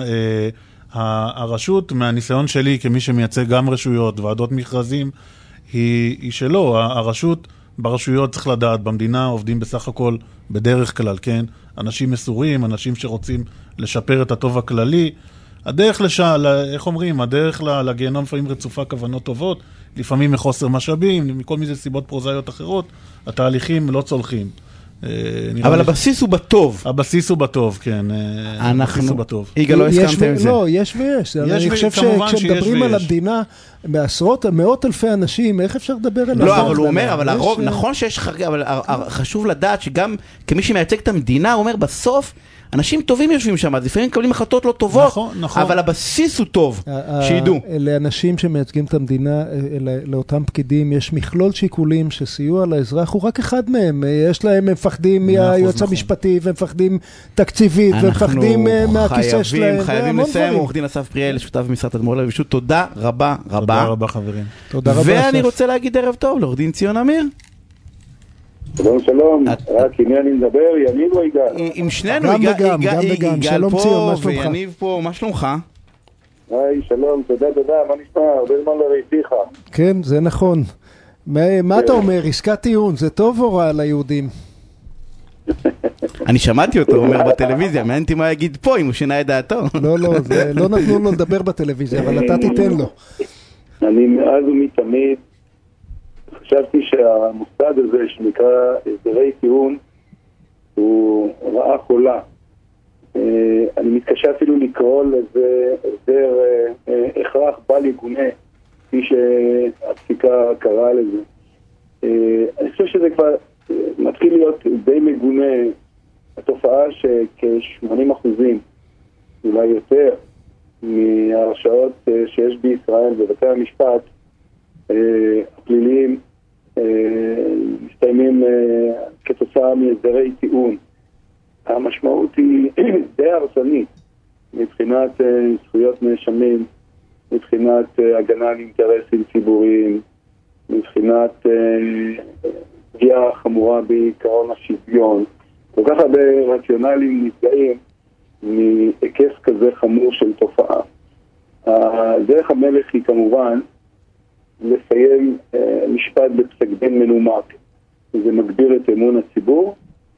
הרשות, מהניסיון שלי כמי שמייצג גם רשויות, ועדות מכרזים, היא, היא שלא. הרשות ברשויות צריך לדעת, במדינה עובדים בסך הכל בדרך כלל, כן? אנשים מסורים, אנשים שרוצים לשפר את הטוב הכללי. הדרך לשע, איך אומרים, הדרך לגיהנום לפעמים רצופה כוונות טובות, לפעמים מחוסר משאבים, מכל מיני סיבות פרוזאיות אחרות, התהליכים לא צולחים. אבל הבסיס הוא בטוב. הבסיס הוא בטוב, כן. אנחנו... יגאל, לא הסכמת עם זה. לא, יש ויש. אני חושב שכשמדברים על המדינה, בעשרות, מאות אלפי אנשים, איך אפשר לדבר על... לא, אבל הוא אומר, אבל הרוב, נכון שיש חריגה, אבל חשוב לדעת שגם כמי שמייצג את המדינה, הוא אומר, בסוף אנשים טובים יושבים שם, אז לפעמים מקבלים החלטות לא טובות, נכון, נכון. אבל הבסיס הוא טוב, שידעו. לאנשים שמייצגים את המדינה, לאותם פקידים, יש מכלול שיקולים שסיוע לאזרח, הוא רק אחד מהם. יש להם, הם מפחדים מהיועץ המשפטי, והם מפחדים תקציבית, והם מפחדים מהכיסא שלהם. אנחנו חייבים לסיים, עורך דין אסף פריאל, שותף במשרד תדמור לבישות, תודה רבה רבה. תודה רבה חברים. תודה רבה. ואני רוצה להגיד ערב טוב לעורך דין ציון אמיר. שלום שלום, רק עם מי אני מדבר, יניב או יגאל? עם שנינו, גם וגם, גם וגם, שלום ציון, מה שלומך? ויניב פה, מה שלומך? היי, שלום, תודה, תודה, מה נשמע? הרבה זמן לא ראיתיך. כן, זה נכון. מה אתה אומר, עסקת טיעון, זה טוב או רע ליהודים? אני שמעתי אותו אומר בטלוויזיה, מעניינתי מה יגיד פה אם הוא שינה את דעתו. לא, לא, לא נתנו לו לדבר בטלוויזיה, אבל אתה תיתן לו. אני מאז ומתמיד חשבתי שהמושג הזה שנקרא הסדרי טיעון הוא רעה חולה. אני מתקשה אפילו לקרוא לזה הסדר הכרח בל יגונה, כפי שהפסיקה קראה לזה. אני חושב שזה כבר מתחיל להיות די מגונה, התופעה שכ-שמונים אחוזים, אולי יותר, מההרשעות שיש בישראל בבתי המשפט הפליליים מסתיימים כתוצאה מהסדרי טיעון. המשמעות היא די הרסנית מבחינת זכויות נאשמים, מבחינת הגנה על אינטרסים ציבוריים, מבחינת פגיעה חמורה בעקרון השוויון. כל כך הרבה רציונלים נפגעים מהיקף כזה חמור של תופעה. דרך המלך היא כמובן לסיים משפט בפסק דין מנומק. זה מגביר את אמון הציבור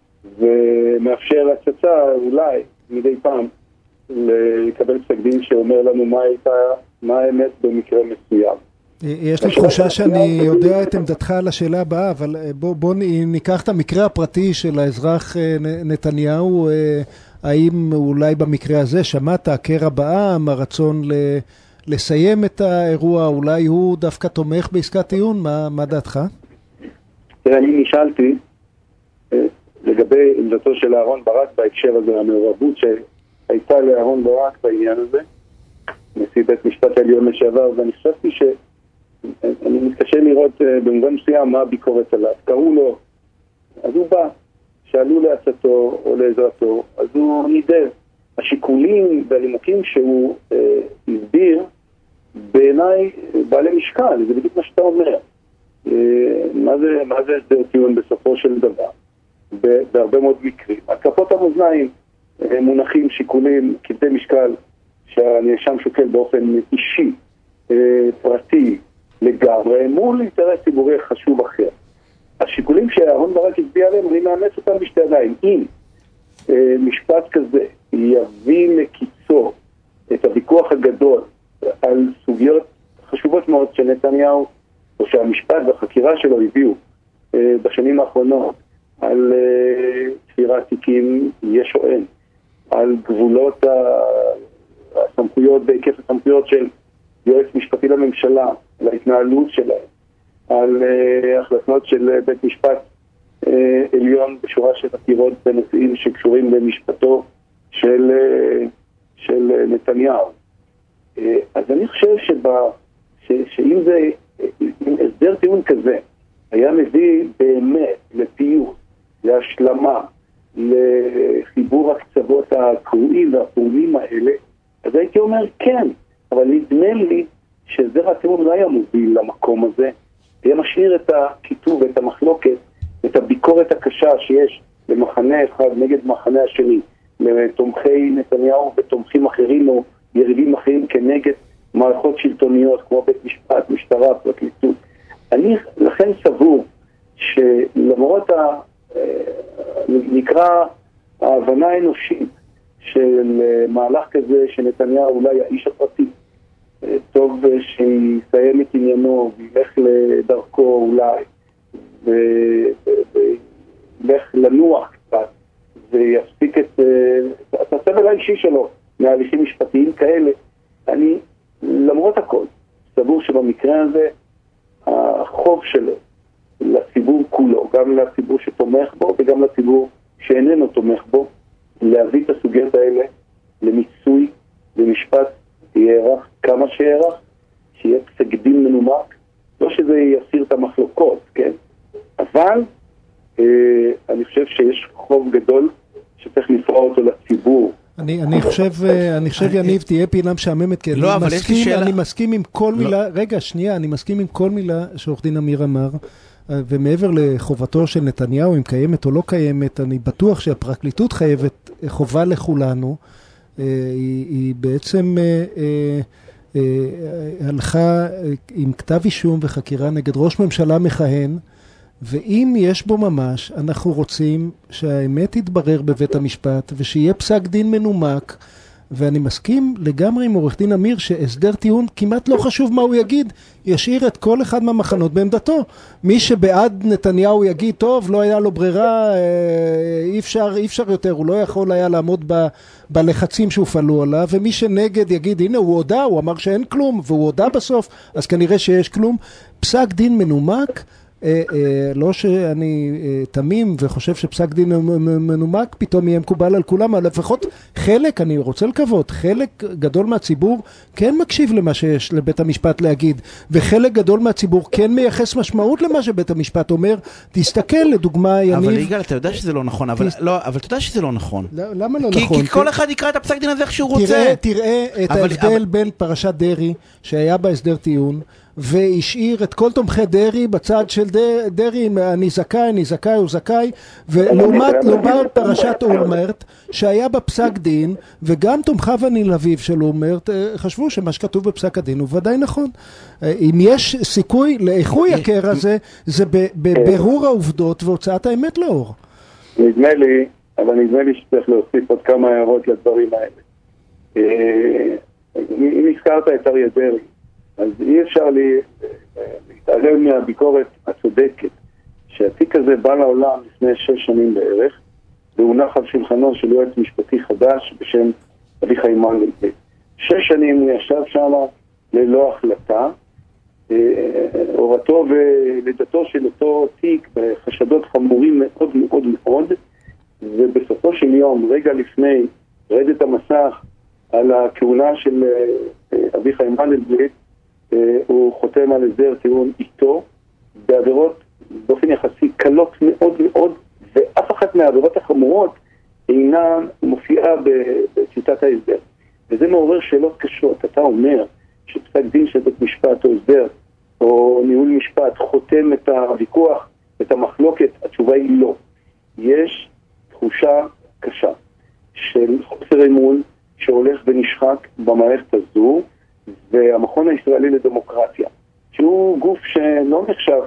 ומאפשר הצצה אולי מדי פעם לקבל פסק דין שאומר לנו מה הייתה, מה האמת במקרה מסוים. יש לי תחושה שאני יודע את עמדתך על השאלה הבאה, אבל בוא, בוא ניקח את המקרה הפרטי של האזרח נתניהו. האם אולי במקרה הזה שמעת הקרע בעם, הרצון ל... לסיים את האירוע, אולי הוא דווקא תומך בעסקת טיעון? מה, מה דעתך? אני נשאלתי לגבי עמדתו של אהרון ברק בהקשר הזה, המעורבות שהייתה לאהרון ברק בעניין הזה, נשיא בית משפט העליון לשעבר, ואני חשבתי שאני מתקשה לראות במובן מסוים מה הביקורת עליו. קראו לו, אז הוא בא, שאלו לעצתו או לעזרתו, אז הוא נידב. השיקולים והנימוקים שהוא אה, הסביר בעיניי בעלי משקל, זה בדיוק מה שאתה אומר. אה, מה זה, מה זה הסדר טיעון בסופו של דבר? בהרבה מאוד מקרים. התקפות המאזניים אה, מונחים שיקולים כבדי משקל שהנאשם שוקל באופן אישי, אה, פרטי לגמרי, מול אינטרס ציבורי חשוב אחר. השיקולים שאהרון ברק הצביע עליהם, אני מאמץ אותם בשתי ידיים. אם אה, משפט כזה יביא לקיצור את הוויכוח הגדול על סוגיות חשובות מאוד שנתניהו, או שהמשפט והחקירה שלו הביאו אה, בשנים האחרונות, על אה, תפירת תיקים יש או אין, על גבולות הסמכויות והיקף הסמכויות של יועץ משפטי לממשלה, על ההתנהלות שלהם, על אה, החלטות של בית משפט אה, עליון בשורה של עתירות בנושאים שקשורים למשפטו של, של נתניהו. אז אני חושב שבא, ש, שאם זה, אם הסדר טיעון כזה היה מביא באמת לפיוס, להשלמה, לחיבור הקצוות הקרועים והפעולים האלה, אז הייתי אומר כן, אבל נדמה לי שהסדר הטיעון לא היה מוביל למקום הזה, היה משאיר את הכיתוב, את המחלוקת, את הביקורת הקשה שיש במחנה אחד נגד מחנה השני, לתומכי נתניהו ותומכים אחרים או יריבים אחרים כנגד מערכות שלטוניות כמו בית משפט, משטרה, פרקליטות. אני לכן סבור שלמרות ה... נקרא ההבנה האנושית של מהלך כזה שנתניהו אולי האיש הפרטי, טוב שיסיים את עניינו וילך לדרכו אולי וילך לנוח קצת ויפסיק את, את הסבל האישי שלו מהליכים משפטיים כאלה. אני, למרות הכל, סבור שבמקרה הזה החוב שלו לציבור כולו, גם לציבור שתומך בו וגם לציבור שאיננו תומך בו, להביא את הסוגיות האלה למיצוי במשפט יערך כמה שיערך, שיהיה פסק דין מנומק, לא שזה יסיר את המחלוקות, כן? אבל אה, אני חושב שיש חוב גדול שצריך לפרוע אותו לציבור. אני, אני חושב, אני חושב יניב, תהיה פינה משעממת, כי לא, אני אבל יש לי מסכים, שאלה. אני מסכים עם כל לא. מילה, רגע, שנייה, אני מסכים עם כל מילה שעורך דין אמיר אמר, ומעבר לחובתו של נתניהו, אם קיימת או לא קיימת, אני בטוח שהפרקליטות חייבת חובה לכולנו, היא, היא בעצם הלכה עם כתב אישום וחקירה נגד ראש ממשלה מכהן, ואם יש בו ממש, אנחנו רוצים שהאמת יתברר בבית המשפט, ושיהיה פסק דין מנומק, ואני מסכים לגמרי עם עורך דין אמיר, שהסדר טיעון כמעט לא חשוב מה הוא יגיד, ישאיר את כל אחד מהמחנות בעמדתו. מי שבעד נתניהו יגיד, טוב, לא היה לו ברירה, אי אפשר, אי אפשר יותר, הוא לא יכול היה לעמוד ב, בלחצים שהופעלו עליו, ומי שנגד יגיד, הנה הוא הודע, הוא אמר שאין כלום, והוא הודע בסוף, אז כנראה שיש כלום. פסק דין מנומק, אה, אה, לא שאני אה, תמים וחושב שפסק דין מנומק פתאום יהיה מקובל על כולם, אבל לפחות חלק, אני רוצה לקוות, חלק גדול מהציבור כן מקשיב למה שיש לבית המשפט להגיד, וחלק גדול מהציבור כן מייחס משמעות למה שבית המשפט אומר. תסתכל לדוגמה יניב, אבל יגאל, אתה יודע שזה לא נכון, אבל, תס... לא, אבל אתה יודע שזה לא נכון. למה לא כי, נכון? כי כל אחד יקרא את הפסק דין הזה איך שהוא רוצה. תראה, תראה את אבל, ההבדל אבל... בין פרשת דרי שהיה בהסדר טיעון, והשאיר את כל תומכי דרי בצד של דרי, אני זכאי, אני זכאי, הוא זכאי, ולעומת לעומת פרשת אולמרט שהיה בפסק דין, וגם תומכיו הנלהבים של אולמרט חשבו שמה שכתוב בפסק הדין הוא ודאי נכון. אם יש סיכוי לאיחוי הקרע הזה, זה בבירור העובדות והוצאת האמת לאור. נדמה לי, אבל נדמה לי שצריך להוסיף עוד כמה הערות לדברים האלה. אם הזכרת את אריה דרעי, אז אי אפשר לי להתעלם מהביקורת הצודקת שהתיק הזה בא לעולם לפני שש שנים בערך, והונח על שולחנו של יועץ משפטי חדש בשם אביחי מנדלבליט. שש שנים הוא ישב שם ללא החלטה, הורתו ולידתו של אותו תיק בחשדות חמורים מאוד מאוד מאוד, ובסופו של יום, רגע לפני רדת המסך על הכהונה של אביחי מנדלבליט, הוא חותם על הסדר טיעון איתו בעבירות באופן יחסי קלות מאוד מאוד, ואף אחת מהעבירות החמורות אינה מופיעה בשיטת ההסדר, וזה מעורר שאלות קשות. אתה אומר שפסק דין של בית משפט או הסדר או ניהול משפט חותם את הוויכוח, את המחלוקת? התשובה היא לא. יש תחושה קשה של חוסר אמון שהולך ונשחק במערכת הזו, והמכון הישראלי לדמוקרטיה, שהוא גוף שלא נחשב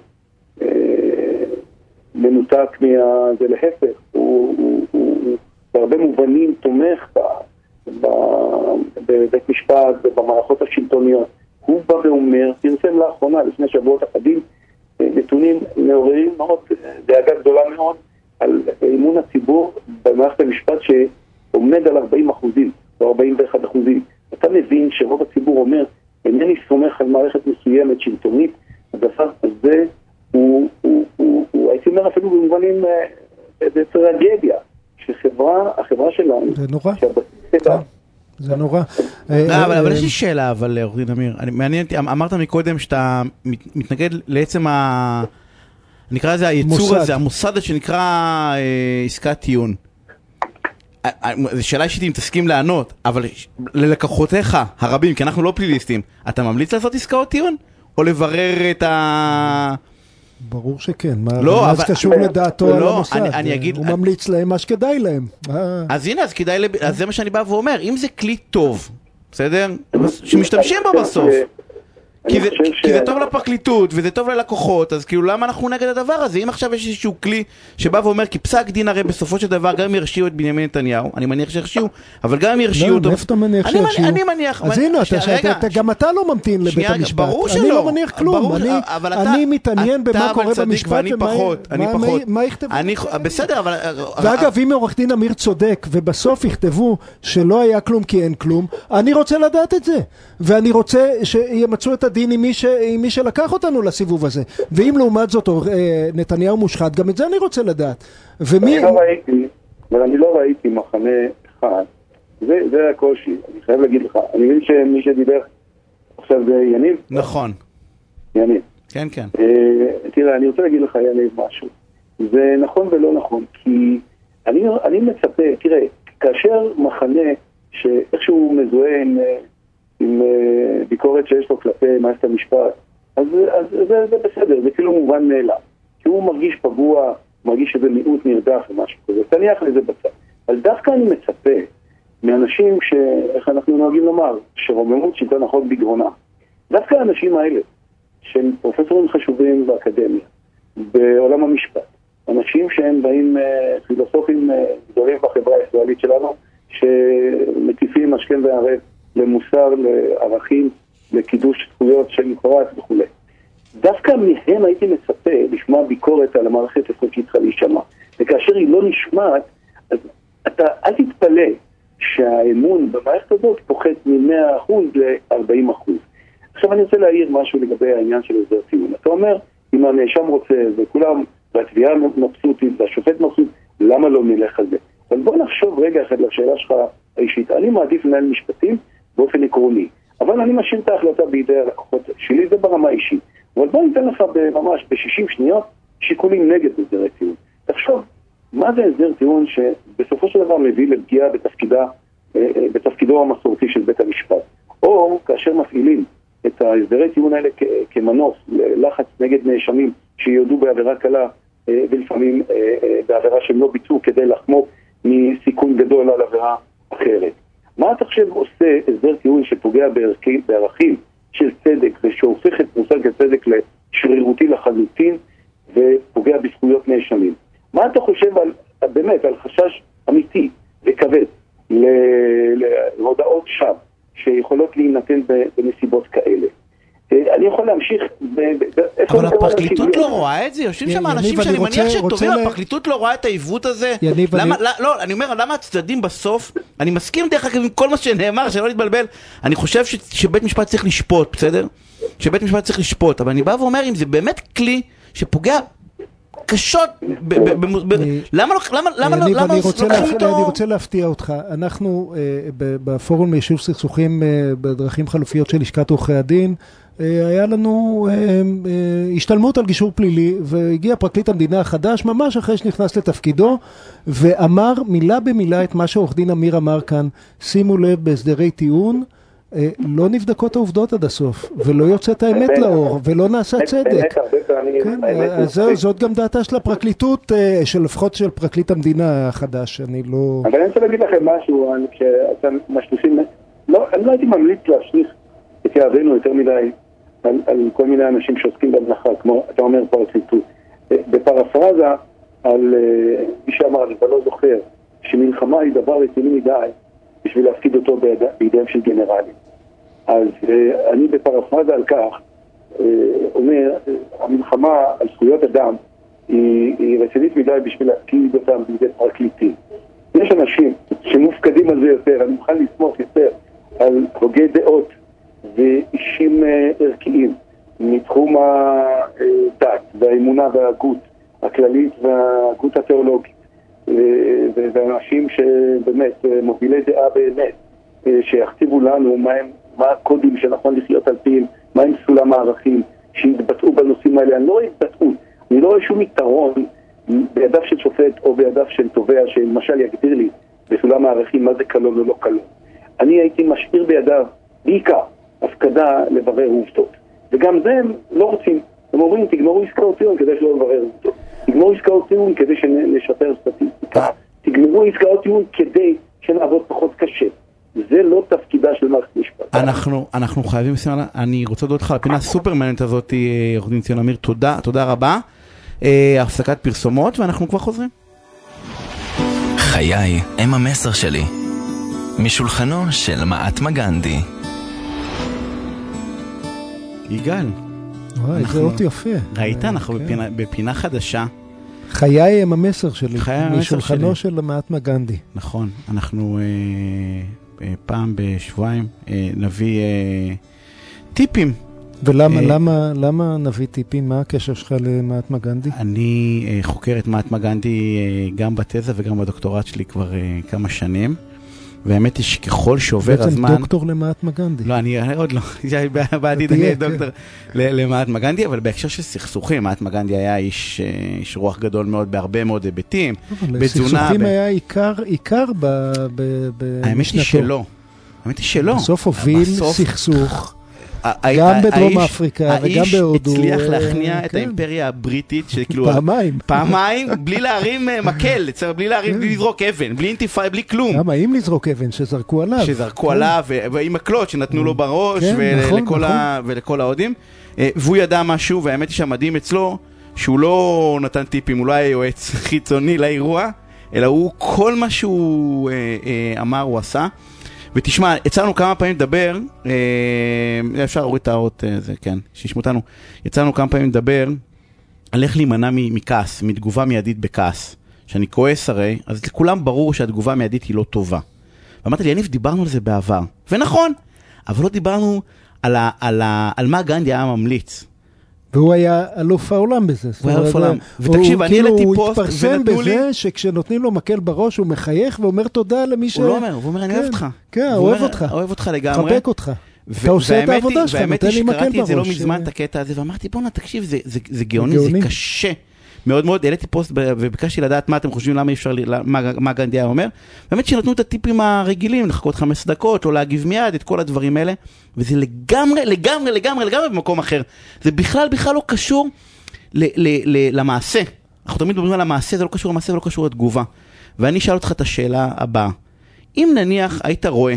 כמנותק מה... זה להפך, הוא, הוא, הוא בהרבה מובנים תומך ב... בבית משפט ובמערכות השלטוניות. הוא בא ואומר, פרסם לאחרונה, לפני שבועות אחדים, נתונים מעוררים מאוד, דאגה גדולה מאוד, על אמון הציבור במערכת המשפט שעומד על ארבעים אחוזים או ארבעים ואחד אחוזים. אתה מבין שרוב הציבור אומר, אינני סומך על מערכת מסוימת שלטונית. הדבר הזה הוא, הוא, הוא, הוא הייתי אומר אפילו במובנים, זה טרגדיה, שחברה, החברה שלנו, זה נורא. שהבסיס, זה נורא. אבל יש לי שאלה, אבל עורך דין אמיר, מעניין אותי, אמרת מקודם שאתה מתנגד לעצם ה... נקרא לזה היצור הזה, המוסד שנקרא עסקת טיעון. זו שאלה אישית אם תסכים לענות, אבל ללקוחותיך הרבים, כי אנחנו לא פליליסטים, אתה ממליץ לעשות עסקאות טיעון? או לברר את ה... ברור שכן, מה זה קשור לדעתו על המוסד? הוא ממליץ להם מה שכדאי להם. אז הנה, אז זה מה שאני בא ואומר, אם זה כלי טוב, בסדר? שמשתמשים בו בסוף. כי זה, כי זה טוב לפרקליטות וזה טוב ללקוחות, אז כאילו למה אנחנו נגד הדבר הזה? אם עכשיו יש איזשהו כלי שבא ואומר, כי פסק דין הרי בסופו של דבר גם אם ירשיעו את בנימין נתניהו, אני מניח שירשיעו, אבל גם אם ירשיעו אותו... לא, איפה אתה מניח שירשיעו? אני מניח... אז הנה, גם אתה לא ממתין לבית המשפט. ברור שלא. אני לא מניח כלום. אני מתעניין במה קורה במשפט ומה יכתבו. בסדר, אבל... ואגב, אם עורך דין אמיר צודק ובסוף יכתבו שלא היה כלום כי אין כלום, אני רוצה לדעת את זה. ואני רוצה שימצאו את הדין עם מי, ש... עם מי שלקח אותנו לסיבוב הזה. ואם לעומת זאת נתניהו מושחת, גם את זה אני רוצה לדעת. ומי... אני לא ראיתי, אבל אני לא ראיתי מחנה אחד. זה, זה הקושי, אני חייב להגיד לך. אני מבין שמי שדיבר עכשיו זה יניב? נכון. יניב. כן, כן. Uh, תראה, אני רוצה להגיד לך, יניב, משהו. זה נכון ולא נכון, כי אני, אני מצפה, תראה, כאשר מחנה שאיכשהו מזוהה עם, עם uh, ביקורת שיש לו כלפי מערכת המשפט, אז, אז זה, זה בסדר, זה כאילו מובן מאליו. כי הוא מרגיש פגוע, מרגיש שזה מיעוט נרדף ומשהו כזה. תניח לזה בצד. אבל דווקא אני מצפה מאנשים ש... איך אנחנו נוהגים לומר, שרוממות שלטון החוק בגרונה. דווקא האנשים האלה, שהם פרופסורים חשובים באקדמיה, בעולם המשפט, אנשים שהם באים פילוסופים גדולים בחברה הישראלית שלנו, שמטיפים השכם והערב למוסר, לערכים, לקידוש זכויות של פרט וכו'. דווקא מהם הייתי מצפה לשמוע ביקורת על המערכת איפה שהיא צריכה להישמע. וכאשר היא לא נשמעת, אז אתה אל תתפלא שהאמון במערכת הזאת פוחת מ-מאה אחוז ל-ארבעים אחוז. עכשיו אני רוצה להעיר משהו לגבי העניין של הסדר טיעון. אתה אומר, אם הנאשם רוצה וכולם, והתביעה מבסוטית והשופט מבסוט, למה לא נלך על זה? אבל בוא נחשוב רגע אחד לשאלה שלך האישית. אני מעדיף לנהל משפטים באופן עקרוני, אבל אני משאיר את ההחלטה בידי הלקוחות שלי, זה ברמה אישית. אבל בוא ניתן לך ממש ב-שישים שניות שיקולים נגד הסדרי טיעון. תחשוב, מה זה הסדר טיעון שבסופו של דבר מביא לפגיעה בתפקידה, בתפקידו המסורתי של בית המשפט? או כאשר מפעילים את ההסדרי טיעון האלה כמנוף לחץ נגד נאשמים שיודעו בעבירה קלה ולפעמים בעבירה שהם לא ביצעו כדי לחמוק מסיכון גדול על עבירה אחרת. מה אתה חושב עושה הסדר טיעון שפוגע בערכים של צדק ושהופך את מושג הצדק לשרירותי לחלוטין ופוגע בזכויות נאשמים? מה אתה חושב על, באמת, על חשש אמיתי וכבד להודעות שווא שיכולות להינתן בנסיבות כאלה? אני יכול להמשיך... אבל הפרקליטות לא רואה את זה? יושבים שם אנשים שאני מניח שטובים, הפרקליטות לא רואה את העיוות הזה? לא, אני אומר, למה הצדדים בסוף, אני מסכים דרך אגב עם כל מה שנאמר, שלא להתבלבל, אני חושב שבית משפט צריך לשפוט, בסדר? שבית משפט צריך לשפוט, אבל אני בא ואומר, אם זה באמת כלי שפוגע קשות, למה לא לוקחים איתו? אני רוצה להפתיע אותך, אנחנו בפורום ליישוב סכסוכים בדרכים חלופיות של לשכת עורכי הדין, היה לנו השתלמות על גישור פלילי, והגיע פרקליט המדינה החדש ממש אחרי שנכנס לתפקידו, ואמר מילה במילה את מה שעורך דין אמיר אמר כאן. שימו לב, בהסדרי טיעון לא נבדקות העובדות עד הסוף, ולא יוצאת האמת לאור, ולא נעשה צדק. זאת גם דעתה של הפרקליטות, לפחות של פרקליט המדינה החדש. אני לא... אבל אני רוצה להגיד לכם משהו, כשאתם משליכים, אני לא הייתי ממליץ להשליך את יעבנו יותר מדי על, על כל מיני אנשים שעוסקים במלאכה, כמו אתה אומר פרקליטות. בפרפרזה על מי שאמר, אני לא זוכר, שמלחמה היא דבר רציני מדי בשביל להפקיד אותו בידיהם של גנרלים. אז אני בפרפרזה על כך אומר, המלחמה על זכויות אדם היא, היא רצינית מדי בשביל להפקיד אותם בידי פרקליטים. יש אנשים שמופקדים על זה יותר, אני מוכן לסמוך יותר על הוגי דעות ואישים ערכיים מתחום הדת והאמונה וההגות הכללית וההגות התיאולוגית, ואנשים שבאמת מובילי דעה באמת, שיכתיבו לנו מהם, מה הקודים שנכון לחיות על פיהם, מהם סולם הערכים שהתבטאו בנושאים האלה. אני לא רואה התבטאות, אני לא רואה שום יתרון בידיו של שופט או בידיו של תובע שלמשל יגדיר לי בסולם הערכים מה זה קלון או לא קלון. אני הייתי משאיר בידיו בעיקר הפקדה לברר עובדות, וגם זה הם לא רוצים. הם אומרים, תגמרו עסקאות טיעון כדי שלא לברר עובדות, תגמרו עסקאות טיעון כדי שנשפר סטטיסטיקה, תגמרו עסקאות טיעון כדי שנעבוד פחות קשה. זה לא תפקידה של מערכת משפט. אנחנו, אנחנו חייבים לסיים, אני רוצה לדעת לך על הפינה הסופר מעניינת הזאת, עורך דין ציון אמיר, תודה, תודה רבה. הפסקת פרסומות ואנחנו כבר חוזרים. חיי הם המסר שלי. משולחנו של מעטמה גנדי. יגאל. וואי, זה עוד יפה. ראית, אנחנו בפינה חדשה. חיי הם המסר שלי. משולחנו של מעטמה גנדי. נכון, אנחנו פעם בשבועיים נביא טיפים ולמה למה, למה נביא טיפים? מה הקשר שלך למהטמה גנדי? אני uh, חוקר את מהטמה גנדי uh, גם בתזה וגם בדוקטורט שלי כבר uh, כמה שנים. והאמת היא שככל שעובר הזמן... בעצם דוקטור למהטמה גנדי. לא, אני עוד לא. בעתיד אני דוקטור למהטמה גנדי, אבל בהקשר של סכסוכים, מהטמה גנדי היה איש רוח גדול מאוד בהרבה מאוד היבטים. אבל סכסוכים היה עיקר במשנתו. האמת היא שלא. האמת היא שלא. בסוף הוביל סכסוך. גם בדרום אפריקה וגם בהודו. האיש הצליח להכניע את האימפריה הבריטית, שכאילו... פעמיים. פעמיים, בלי להרים מקל, בלי להרים, בלי לזרוק אבן, בלי אינתיפאדה, בלי כלום. למה, אם לזרוק אבן, שזרקו עליו. שזרקו עליו, ועם מקלות שנתנו לו בראש, ולכל ההודים. והוא ידע משהו, והאמת היא שהמדהים אצלו, שהוא לא נתן טיפים, הוא לא היה יועץ חיצוני לאירוע, אלא הוא, כל מה שהוא אמר, הוא עשה. ותשמע, יצאנו כמה פעמים לדבר, אה, אפשר להוריד את האות, אה, זה, כן, שישמעו אותנו, יצאנו כמה פעמים לדבר על איך להימנע מכעס, מתגובה מיידית בכעס. שאני כועס הרי, אז לכולם ברור שהתגובה המיידית היא לא טובה. ואמרתי לי, יניב, דיברנו על זה בעבר. ונכון, אבל לא דיברנו על, ה, על, ה, על מה גנדי היה ממליץ. והוא היה אלוף העולם בזה. הוא היה אלוף העולם. ותקשיב, אני העליתי פוסט ונתנו לי... הוא התפרסם בזה שכשנותנים לו מקל בראש הוא מחייך ואומר תודה למי ש... הוא לא אומר, הוא אומר, אני אוהב אותך. כן, אוהב אותך. אוהב אותך לגמרי. חבק אותך. אתה עושה את העבודה שלך, נותן לי מקל בראש. שקראתי את זה לא מזמן, את הקטע הזה, ואמרתי, בוא נתקשיב, זה גאוני, זה קשה. מאוד מאוד, העליתי פוסט וביקשתי לדעת מה אתם חושבים, למה אפשר, מה גנדי היה אומר. באמת שנתנו את הטיפים הרגילים, לחכות חמש דקות, או להגיב מיד, את כל הדברים האלה, וזה לגמרי, לגמרי, לגמרי, לגמרי במקום אחר. זה בכלל, בכלל לא קשור למעשה. אנחנו תמיד מדברים על המעשה, זה לא קשור למעשה, זה לא קשור לתגובה. ואני אשאל אותך את השאלה הבאה. אם נניח היית רואה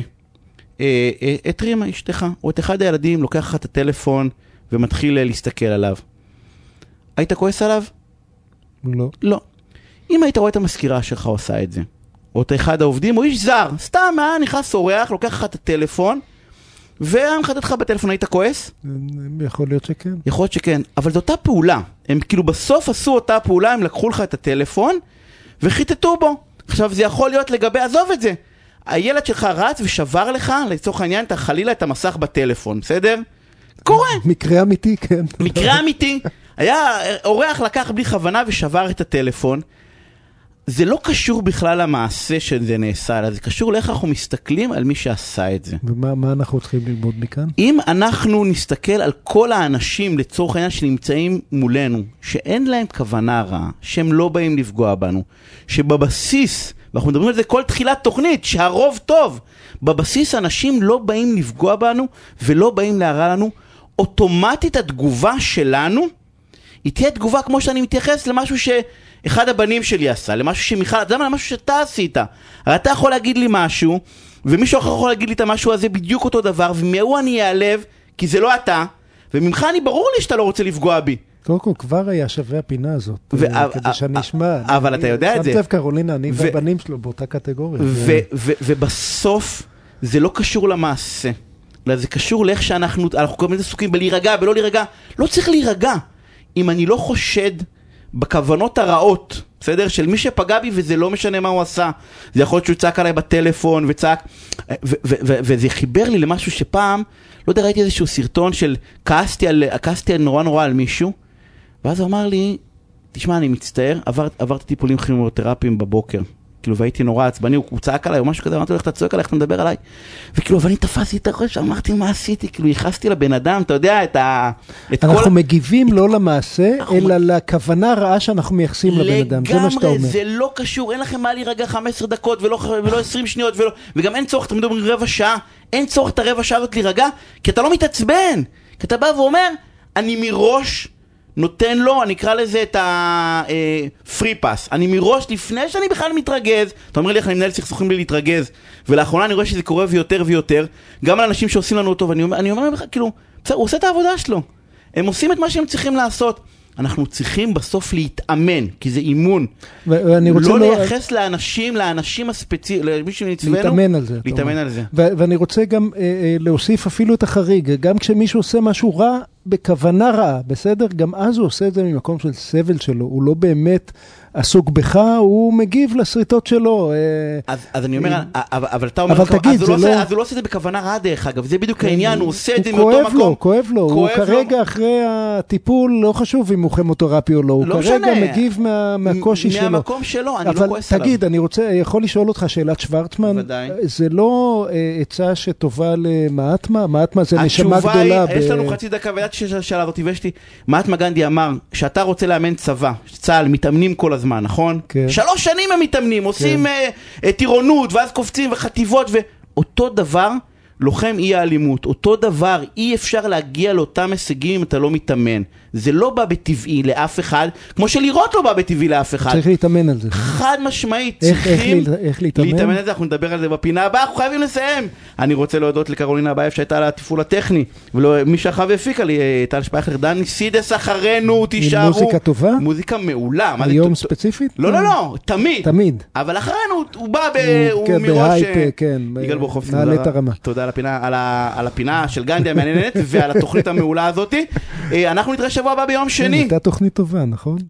את רימה, אשתך, או את אחד הילדים, לוקח לך את הטלפון ומתחיל להסתכל עליו, היית כועס עליו? לא. לא. אם היית רואה את המזכירה שלך עושה את זה, או את אחד העובדים, או איש זר, סתם, אה, נכנס אורח, לוקח לך את הטלפון, והמחד אותך בטלפון, היית כועס? יכול להיות שכן. יכול להיות שכן, אבל זו אותה פעולה. הם כאילו בסוף עשו אותה פעולה, הם לקחו לך את הטלפון, וחיטטו בו. עכשיו, זה יכול להיות לגבי, עזוב את זה. הילד שלך רץ ושבר לך, לצורך העניין, אתה חלילה את המסך בטלפון, בסדר? קורה. מקרה אמיתי, כן. מקרה אמיתי. היה אורח לקח בלי כוונה ושבר את הטלפון. זה לא קשור בכלל למעשה שזה נעשה, אלא זה קשור לאיך אנחנו מסתכלים על מי שעשה את זה. ומה מה אנחנו צריכים ללמוד מכאן? אם אנחנו נסתכל על כל האנשים לצורך העניין שנמצאים מולנו, שאין להם כוונה רעה, שהם לא באים לפגוע בנו, שבבסיס, ואנחנו מדברים על זה כל תחילת תוכנית, שהרוב טוב, בבסיס אנשים לא באים לפגוע בנו ולא באים להרע לנו, אוטומטית התגובה שלנו היא תהיה תגובה כמו שאני מתייחס למשהו שאחד הבנים שלי עשה, למשהו שמיכל, זה מה, למשהו שאתה עשית. הרי אתה יכול להגיד לי משהו, ומישהו אחר יכול להגיד לי את המשהו הזה בדיוק אותו דבר, ומהוא אני אעלב, כי זה לא אתה, וממך אני ברור לי שאתה לא רוצה לפגוע בי. קודם כל, כבר היה שווה הפינה הזאת, כדי שאני אשמע. אבל אתה יודע את זה. שמת לב קרולינה, אני והבנים שלו באותה קטגוריה. ובסוף, זה לא קשור למעשה. זה קשור לאיך שאנחנו, אנחנו קוראים לזה עסוקים בלהירגע, בלא להירגע. לא צריך להירגע. אם אני לא חושד בכוונות הרעות, בסדר? של מי שפגע בי וזה לא משנה מה הוא עשה. זה יכול להיות שהוא צעק עליי בטלפון וצעק, וזה חיבר לי למשהו שפעם, לא יודע, ראיתי איזשהו סרטון של כעסתי על, כעסתי נורא נורא על מישהו, ואז הוא אמר לי, תשמע, אני מצטער, עברתי טיפולים כימותרפיים בבוקר. כאילו, והייתי נורא עצבני, הוא צעק עליי או משהו כזה, אמרתי לו, איך אתה צועק עליי, איך אתה מדבר עליי? וכאילו, ואני תפסתי את הראש, אמרתי, מה עשיתי? כאילו, ייחסתי לבן אדם, אתה יודע, את ה... אנחנו מגיבים לא למעשה, אלא לכוונה הרעה שאנחנו מייחסים לבן אדם, זה מה שאתה אומר. לגמרי, זה לא קשור, אין לכם מה להירגע חמש עשרה דקות, ולא עשרים שניות, וגם אין צורך, אתה מדברים רבע שעה, אין צורך את הרבע שעה הזאת להירגע, כי אתה לא מתעצבן, כי אתה בא ואומר, אני מראש נותן לו, אני אקרא לזה את הפרי פאס. אני מראש, לפני שאני בכלל מתרגז, אתה אומר לי איך אני מנהל סכסוכים בלי להתרגז, ולאחרונה אני רואה שזה קורה ויותר ויותר, גם על אנשים שעושים לנו אותו, ואני אומר, אני אומר כאילו, הוא עושה את העבודה שלו. הם עושים את מה שהם צריכים לעשות. אנחנו צריכים בסוף להתאמן, כי זה אימון. לא לייחס לאנשים, לאנשים הספציפיים, למי שנצבנו, להתאמן על זה. להתאמן על זה. ואני רוצה גם להוסיף אפילו את החריג, גם כשמישהו עושה משהו רע, בכוונה רעה, בסדר? גם אז הוא עושה את זה ממקום של סבל שלו, הוא לא באמת עסוק בך, הוא מגיב לסריטות שלו. אז, אז אני אומר, אבל אתה אומר, אבל תגיד, אז, הוא זה לא... לא... אז הוא לא עושה את זה בכוונה רעה דרך אגב, זה בדיוק העניין, הוא עושה את זה מאותו מקום. לו, כואב לו, הוא כרגע לו. אחרי הטיפול, לא חשוב אם הוא כימותרפי או לא, הוא לא כרגע משנה. מגיב מה, מהקושי שלו. מהמקום שלו, אני אבל לא כועס עליו. תגיד, אני רוצה, יכול לשאול אותך שאלת שוורצמן, ודאי. זה לא עצה שטובה למעטמה? מעטמה זה נשמה גדולה. התשובה היא, יש לנו חצי דקה וידעתי ששאלה אותי וישתי, מעטמה גנדי אמר, שאתה רוצה לאמן צבא, צה"ל, מתאמנים כל הזמן, נכון? כן. שלוש שנים הם מתאמנים, עושים כן. uh, טירונות, ואז קופצים וחטיבות, ואותו דבר, לוחם אי האלימות, אותו דבר, אי אפשר להגיע לאותם הישגים אם אתה לא מתאמן. זה לא בא בטבעי לאף אחד, כמו שלראות לא בא בטבעי לאף אחד. צריך להתאמן על זה. חד משמעית, איך, צריכים איך, איך להתאמן? להתאמן על זה, אנחנו נדבר על זה בפינה הבאה, אנחנו חייבים לסיים. אני רוצה להודות לקרולינה הבאייב שהייתה על התפעול הטכני, ומי שאחר והפיקה לי, טל שפייכלר, דני סידס אחרינו, תישארו. עם מוזיקה טובה? מוזיקה מעולה. היום ספציפית? לא, לא, לא, תמיד. תמיד. אבל אחרינו, הוא בא כן, מראש... כן, יגאל בורחוב, נעלה את הרמה. תודה על הפינה, על הפינה של גנדי המעניינת ועל התוכנית המעולה הזאת. אנחנו נתראה שבוע הבא ביום שני. הייתה תוכנית טובה, נכון?